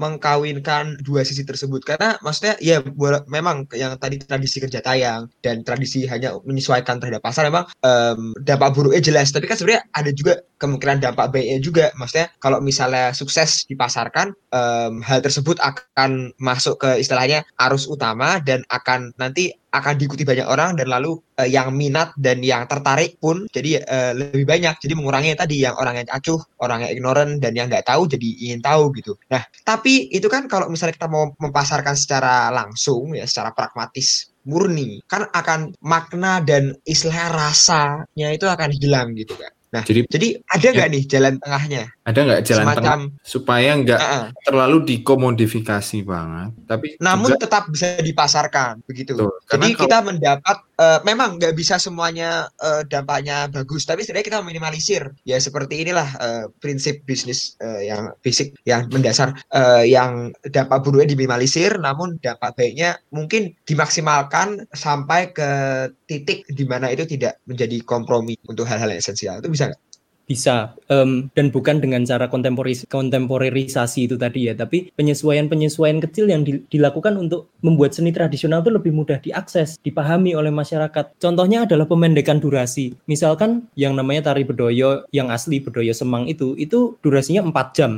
mengkawinkan dua sisi tersebut karena maksudnya ya memang yang tadi tradisi kerja tayang dan tradisi hanya menyesuaikan terhadap pasar memang dampak buruknya jelas, tapi kan sebenarnya ada juga kemungkinan dampak baiknya juga. Maksudnya kalau misalnya sukses dipasarkan, hal tersebut akan masuk ke istilahnya arus utama dan akan diikuti banyak orang, dan lalu yang minat dan yang tertarik pun jadi lebih banyak, jadi mengurangi tadi yang orang yang acuh, orang yang ignorant, dan yang nggak tahu jadi ingin tahu gitu. Nah, tapi itu kan kalau misalnya kita mau mempasarkan secara langsung ya, secara pragmatis murni, kan akan makna dan istilah rasanya itu akan hilang gitu kan. Nah, jadi ada nggak nih jalan tengahnya?
Ada nggak jalan
Semacam,
tengah supaya nggak terlalu dikomodifikasi banget, tapi
namun
juga,
tetap bisa dipasarkan begitu.
betul.
Jadi
Karena
kita mendapat memang nggak bisa semuanya dampaknya bagus, tapi setidaknya kita minimalisir. Ya seperti inilah prinsip bisnis yang basic, yang mendasar, yang dampak buruknya diminimalisir, namun dampak baiknya mungkin dimaksimalkan sampai ke titik di mana itu tidak menjadi kompromi untuk hal-hal yang esensial. Itu bisa nggak?
Bisa, dan bukan dengan cara kontemporerisasi itu tadi ya, tapi penyesuaian-penyesuaian kecil yang dilakukan untuk membuat seni tradisional itu lebih mudah diakses, dipahami oleh masyarakat. Contohnya adalah pemendekan durasi. Misalkan yang namanya tari bedoyo yang asli, bedoyo Semang itu durasinya 4 jam.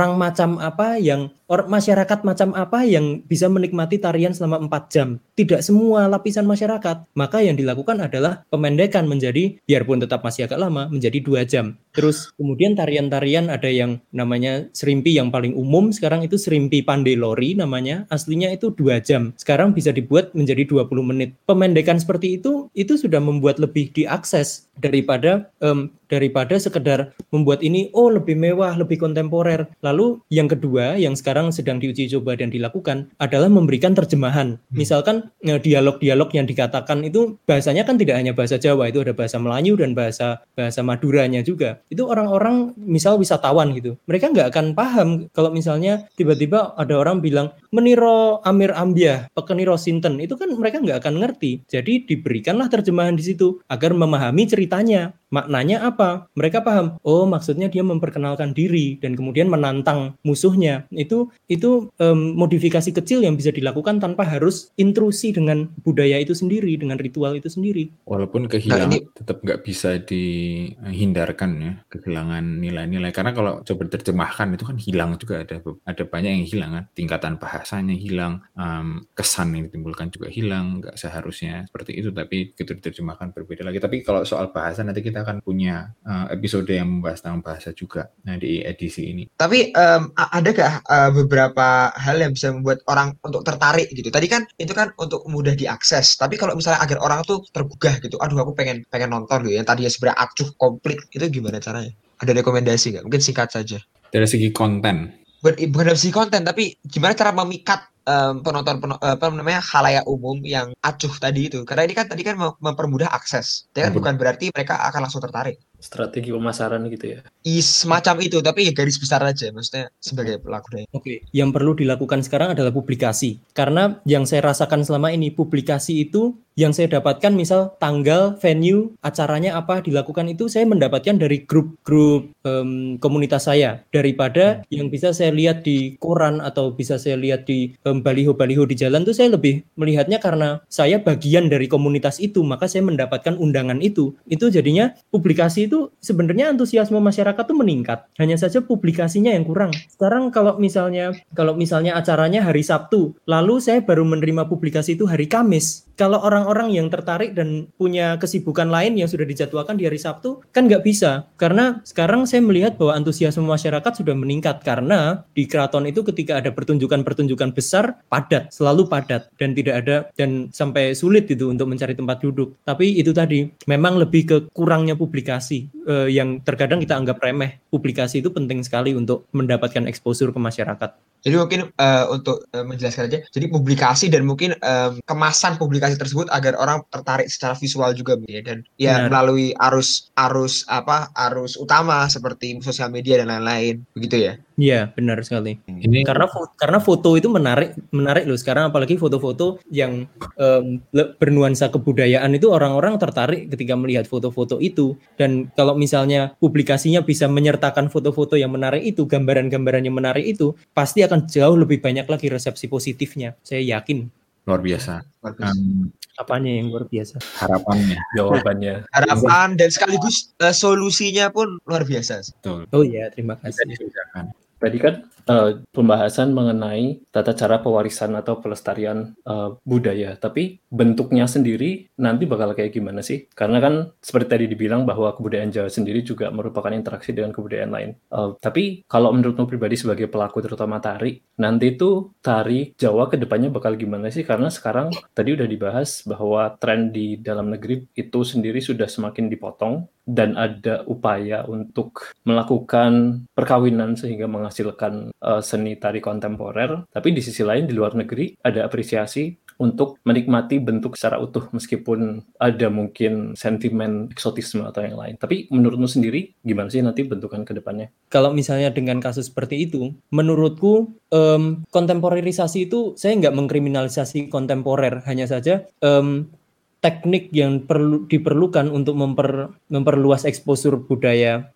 Masyarakat macam apa yang bisa menikmati tarian selama 4 jam? Tidak semua lapisan masyarakat. Maka yang dilakukan adalah pemendekan menjadi, biarpun tetap masih agak lama, menjadi 2 jam. Terus kemudian tarian-tarian ada yang namanya serimpi yang paling umum sekarang itu serimpi Pandelori namanya, aslinya itu 2 jam. Sekarang bisa dibuat menjadi 20 menit. Pemendekan seperti itu sudah membuat lebih diakses daripada sekedar membuat ini lebih mewah, lebih kontemporer. Lalu yang kedua yang sekarang sedang diuji coba dan dilakukan adalah memberikan terjemahan. Misalkan dialog-dialog yang dikatakan itu bahasanya kan tidak hanya bahasa Jawa, itu ada bahasa Melayu dan bahasa Maduranya juga. Itu orang-orang misal wisatawan gitu, mereka nggak akan paham kalau misalnya tiba-tiba ada orang bilang meniro Amir Ambiah, pekeniro Sinten, itu kan mereka nggak akan ngerti. Jadi diberikanlah terjemahan di situ agar memahami ceritanya. Maknanya apa? Mereka paham, maksudnya dia memperkenalkan diri dan kemudian menantang musuhnya. Itu modifikasi kecil yang bisa dilakukan tanpa harus intrusi dengan budaya itu sendiri, dengan ritual itu sendiri.
Walaupun kehilangan tetap nggak bisa dihindarkan ya, kehilangan nilai-nilai. Karena kalau coba diterjemahkan itu kan hilang juga, ada banyak yang hilang kan. Tingkatan bahasanya hilang, kesan yang ditimbulkan juga hilang, nggak seharusnya seperti itu, tapi begitu diterjemahkan berbeda lagi. Tapi kalau soal bahasa nanti kita akan punya episode yang membahas tentang bahasa juga di edisi ini.
Tapi adakah beberapa hal yang bisa membuat orang untuk tertarik gitu? Tadi kan itu kan untuk mudah diakses. Tapi kalau misalnya agar orang tuh tergugah gitu, aduh aku pengen nonton gitu, yang tadinya sebenarnya acuh komplit, itu gimana caranya? Ada rekomendasi nggak? Mungkin singkat saja.
Dari segi konten.
Bukan dari segi konten, tapi gimana cara memikat penonton khalayak umum yang acuh tadi itu? Karena ini kan tadi kan mempermudah akses. Tapi kan bukan berarti mereka akan langsung tertarik.
Strategi pemasaran gitu ya.
Semacam itu, tapi ya garis besar aja, maksudnya sebagai pelaku daya.
Oke, yang perlu dilakukan sekarang adalah publikasi. Karena yang saya rasakan selama ini, publikasi itu yang saya dapatkan, misal tanggal, venue, acaranya apa dilakukan, itu saya mendapatkan dari grup-grup komunitas saya, daripada yang bisa saya lihat di koran atau bisa saya lihat di baliho-baliho di jalan. Tuh saya lebih melihatnya karena saya bagian dari komunitas itu, maka saya mendapatkan undangan itu. Itu jadinya publikasi itu sebenarnya antusiasme masyarakat tuh meningkat. Hanya saja publikasinya yang kurang. Sekarang kalau misalnya acaranya hari Sabtu, lalu saya baru menerima publikasi itu hari Kamis. Kalau orang-orang yang tertarik dan punya kesibukan lain yang sudah dijadwalkan di hari Sabtu, kan nggak bisa. Karena sekarang saya melihat bahwa antusiasme masyarakat sudah meningkat. Karena di keraton itu ketika ada pertunjukan-pertunjukan besar, padat, selalu padat. Dan tidak ada, dan sampai sulit itu untuk mencari tempat duduk. Tapi itu tadi, memang lebih ke kurangnya publikasi. Yang terkadang kita anggap remeh. Publikasi itu penting sekali untuk mendapatkan exposure ke masyarakat.
Jadi mungkin untuk menjelaskan aja, jadi publikasi dan mungkin kemasan publikasi tersebut agar orang tertarik secara visual juga ya, dan ya melalui arus utama seperti sosial media dan lain-lain, begitu ya.
Iya, benar sekali.
Ini
Karena foto itu menarik loh. Sekarang apalagi foto-foto yang bernuansa kebudayaan itu orang-orang tertarik ketika melihat foto-foto itu. Dan kalau misalnya publikasinya bisa menyertakan foto-foto yang menarik itu, gambaran-gambaran yang menarik itu, pasti akan jauh lebih banyak lagi resepsi positifnya. Saya yakin.
luar biasa.
Apanya yang luar biasa?
Harapannya.
Jawabannya.
Harapan dan sekaligus solusinya pun luar biasa.
Betul.
Oh iya, terima
Bisa
kasih.
dikerjakan.
Tadi kan pembahasan mengenai tata cara pewarisan atau pelestarian budaya, tapi bentuknya sendiri nanti bakal kayak gimana sih? Karena kan seperti tadi dibilang bahwa kebudayaan Jawa sendiri juga merupakan interaksi dengan kebudayaan lain. Tapi kalau menurutmu pribadi sebagai pelaku terutama tari, nanti itu tari Jawa ke depannya bakal gimana sih? Karena sekarang tadi udah dibahas bahwa tren di dalam negeri itu sendiri sudah semakin dipotong dan ada upaya untuk melakukan perkawinan sehingga menghasilkan seni tari kontemporer, tapi di sisi lain di luar negeri ada apresiasi untuk menikmati bentuk secara utuh meskipun ada mungkin sentimen eksotisme atau yang lain. Tapi menurutmu sendiri gimana sih nanti bentukan ke depannya?
Kalau misalnya dengan kasus seperti itu, menurutku kontemporerisasi itu saya nggak mengkriminalisasi kontemporer, hanya saja teknik yang diperlukan untuk memperluas eksposur budaya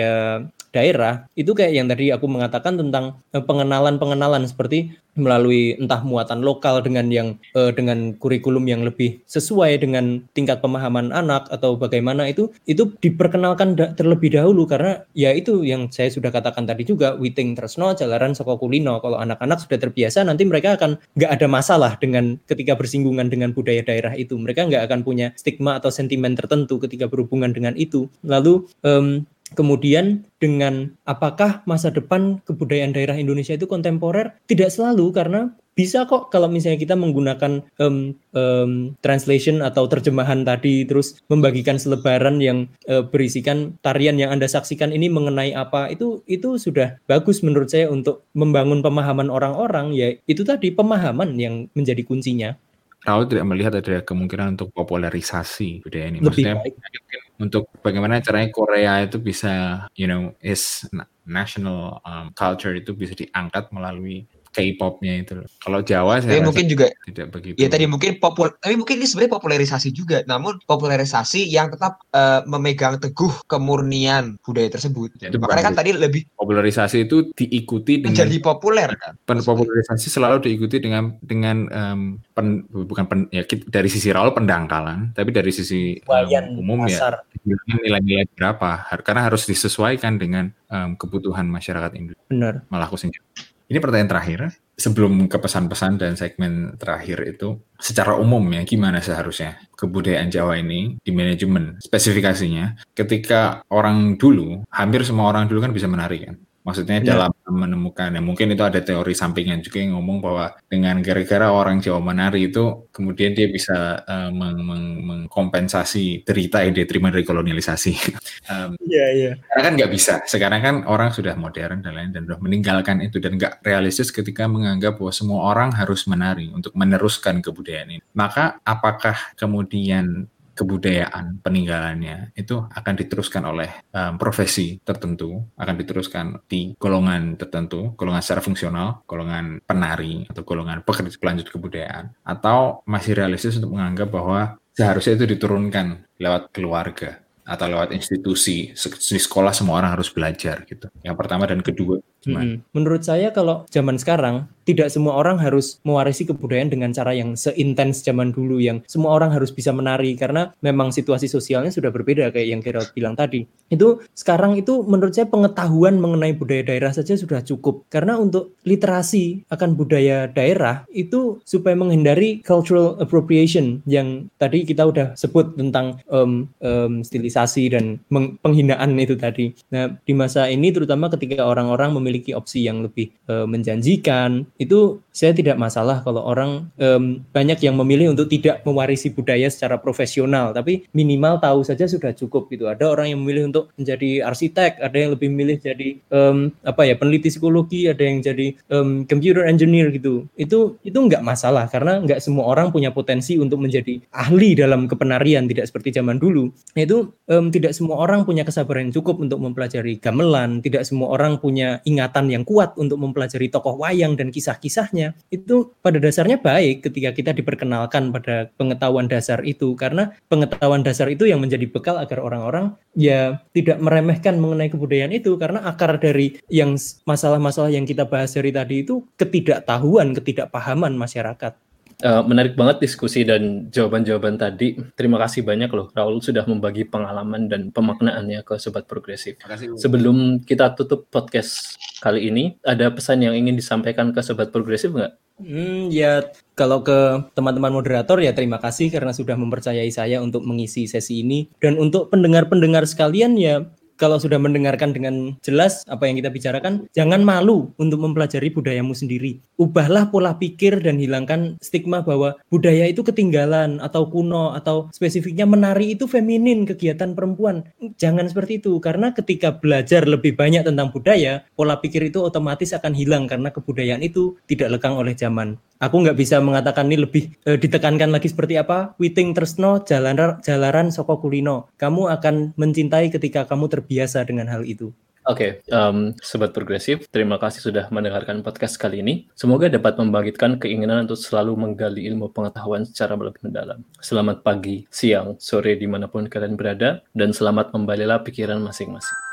daerah itu kayak yang tadi aku mengatakan tentang pengenalan seperti melalui entah muatan lokal dengan dengan kurikulum yang lebih sesuai dengan tingkat pemahaman anak atau bagaimana itu diperkenalkan terlebih dahulu, karena ya itu yang saya sudah katakan tadi juga, witing tresno jalaran saka kulino. Kalau anak-anak sudah terbiasa, nanti mereka akan nggak ada masalah dengan ketika bersinggungan dengan budaya daerah itu. Mereka nggak akan punya stigma atau sentimen tertentu ketika berhubungan dengan itu. Lalu kemudian dengan apakah masa depan kebudayaan daerah Indonesia itu kontemporer? Tidak selalu, karena bisa kok kalau misalnya kita menggunakan translation atau terjemahan tadi, terus membagikan selebaran yang berisikan tarian yang Anda saksikan ini mengenai apa, itu sudah bagus menurut saya untuk membangun pemahaman orang-orang. Ya itu tadi, pemahaman yang menjadi kuncinya.
Raul tidak melihat ada kemungkinan untuk popularisasi budaya ini.
Lebih
Maksudnya
baik.
untuk bagaimana caranya Korea itu bisa, is national culture itu bisa diangkat melalui K-pop-nya itu. Kalau Jawa saya
Tapi mungkin juga
tidak begitu.
ya tadi mungkin tapi mungkin ini sebenarnya popularisasi juga, namun popularisasi yang tetap memegang teguh kemurnian budaya tersebut.
Itu
Makanya kan tadi lebih
popularisasi itu diikuti dengan
menjadi populer kan.
popularisasi selalu diikuti dengan dari sisi Raul pendangkalan, tapi dari sisi umum
pasar.
Ya nilai-nilai berapa, karena harus disesuaikan dengan kebutuhan masyarakat Indonesia.
Benar.
Malah aku sendiri. Ini pertanyaan terakhir, sebelum ke pesan-pesan dan segmen terakhir itu, secara umum ya, gimana seharusnya kebudayaan Jawa ini di manajemen, spesifikasinya, ketika orang dulu, hampir semua orang dulu kan bisa menari kan? Maksudnya dalam menemukan, ya mungkin itu ada teori sampingan juga yang ngomong bahwa dengan gara-gara orang Jawa menari itu, kemudian dia bisa mengkompensasi derita yang dia terima dari kolonialisasi.
Iya.
Karena kan nggak bisa. Sekarang kan orang sudah modern dan lain, dan sudah meninggalkan itu, dan nggak realistis ketika menganggap bahwa semua orang harus menari untuk meneruskan kebudayaan ini. Maka apakah kemudian kebudayaan peninggalannya itu akan diteruskan oleh profesi tertentu, akan diteruskan di golongan tertentu, golongan secara fungsional, golongan penari atau golongan pekerja pelanjut kebudayaan, atau masih realistis untuk menganggap bahwa seharusnya itu diturunkan lewat keluarga atau lewat institusi, di sekolah semua orang harus belajar gitu. Yang pertama dan kedua gimana?
Menurut saya kalau zaman sekarang tidak semua orang harus mewarisi kebudayaan dengan cara yang seintens zaman dulu yang semua orang harus bisa menari, karena memang situasi sosialnya sudah berbeda kayak yang Gerald bilang tadi. Itu sekarang itu menurut saya pengetahuan mengenai budaya daerah saja sudah cukup, karena untuk literasi akan budaya daerah itu supaya menghindari cultural appropriation yang tadi kita udah sebut tentang stilisasi dan penghinaan itu tadi. Nah, di masa ini terutama ketika orang-orang memiliki opsi yang lebih menjanjikan, itu saya tidak masalah kalau orang banyak yang memilih untuk tidak mewarisi budaya secara profesional, tapi minimal tahu saja sudah cukup gitu. Ada orang yang memilih untuk menjadi arsitek, ada yang lebih memilih jadi peneliti psikologi, ada yang jadi computer engineer gitu. Itu nggak masalah, karena nggak semua orang punya potensi untuk menjadi ahli dalam kepenarian, tidak seperti zaman dulu. Itu tidak semua orang punya kesabaran yang cukup untuk mempelajari gamelan, tidak semua orang punya ingatan yang kuat untuk mempelajari tokoh wayang dan kisah-kisahnya, itu pada dasarnya baik ketika kita diperkenalkan pada pengetahuan dasar itu, karena pengetahuan dasar itu yang menjadi bekal agar orang-orang ya tidak meremehkan mengenai kebudayaan itu, karena akar dari yang masalah-masalah yang kita bahas dari tadi itu ketidaktahuan, ketidakpahaman masyarakat.
Menarik banget diskusi dan jawaban-jawaban tadi. Terima kasih banyak loh Raul sudah membagi pengalaman dan pemaknaannya ke Sobat Progresif. Sebelum kita tutup podcast kali ini, ada pesan yang ingin disampaikan ke Sobat Progresif nggak?
Ya kalau ke teman-teman moderator ya terima kasih karena sudah mempercayai saya untuk mengisi sesi ini. Dan untuk pendengar-pendengar sekalian ya, kalau sudah mendengarkan dengan jelas apa yang kita bicarakan, jangan malu untuk mempelajari budayamu sendiri. Ubahlah pola pikir dan hilangkan stigma bahwa budaya itu ketinggalan atau kuno atau spesifiknya menari itu feminin, kegiatan perempuan. Jangan seperti itu, karena ketika belajar lebih banyak tentang budaya, pola pikir itu otomatis akan hilang karena kebudayaan itu tidak lekang oleh zaman. Aku nggak bisa mengatakan ini lebih ditekankan lagi seperti apa. Witing tresno jalaran soko kulino. Kamu akan mencintai ketika kamu terbiasa dengan hal itu.
Oke, Sobat Progresif, terima kasih sudah mendengarkan podcast kali ini. Semoga dapat membangkitkan keinginan untuk selalu menggali ilmu pengetahuan secara lebih mendalam. Selamat pagi, siang, sore, dimanapun kalian berada, dan selamat membalilah pikiran masing-masing.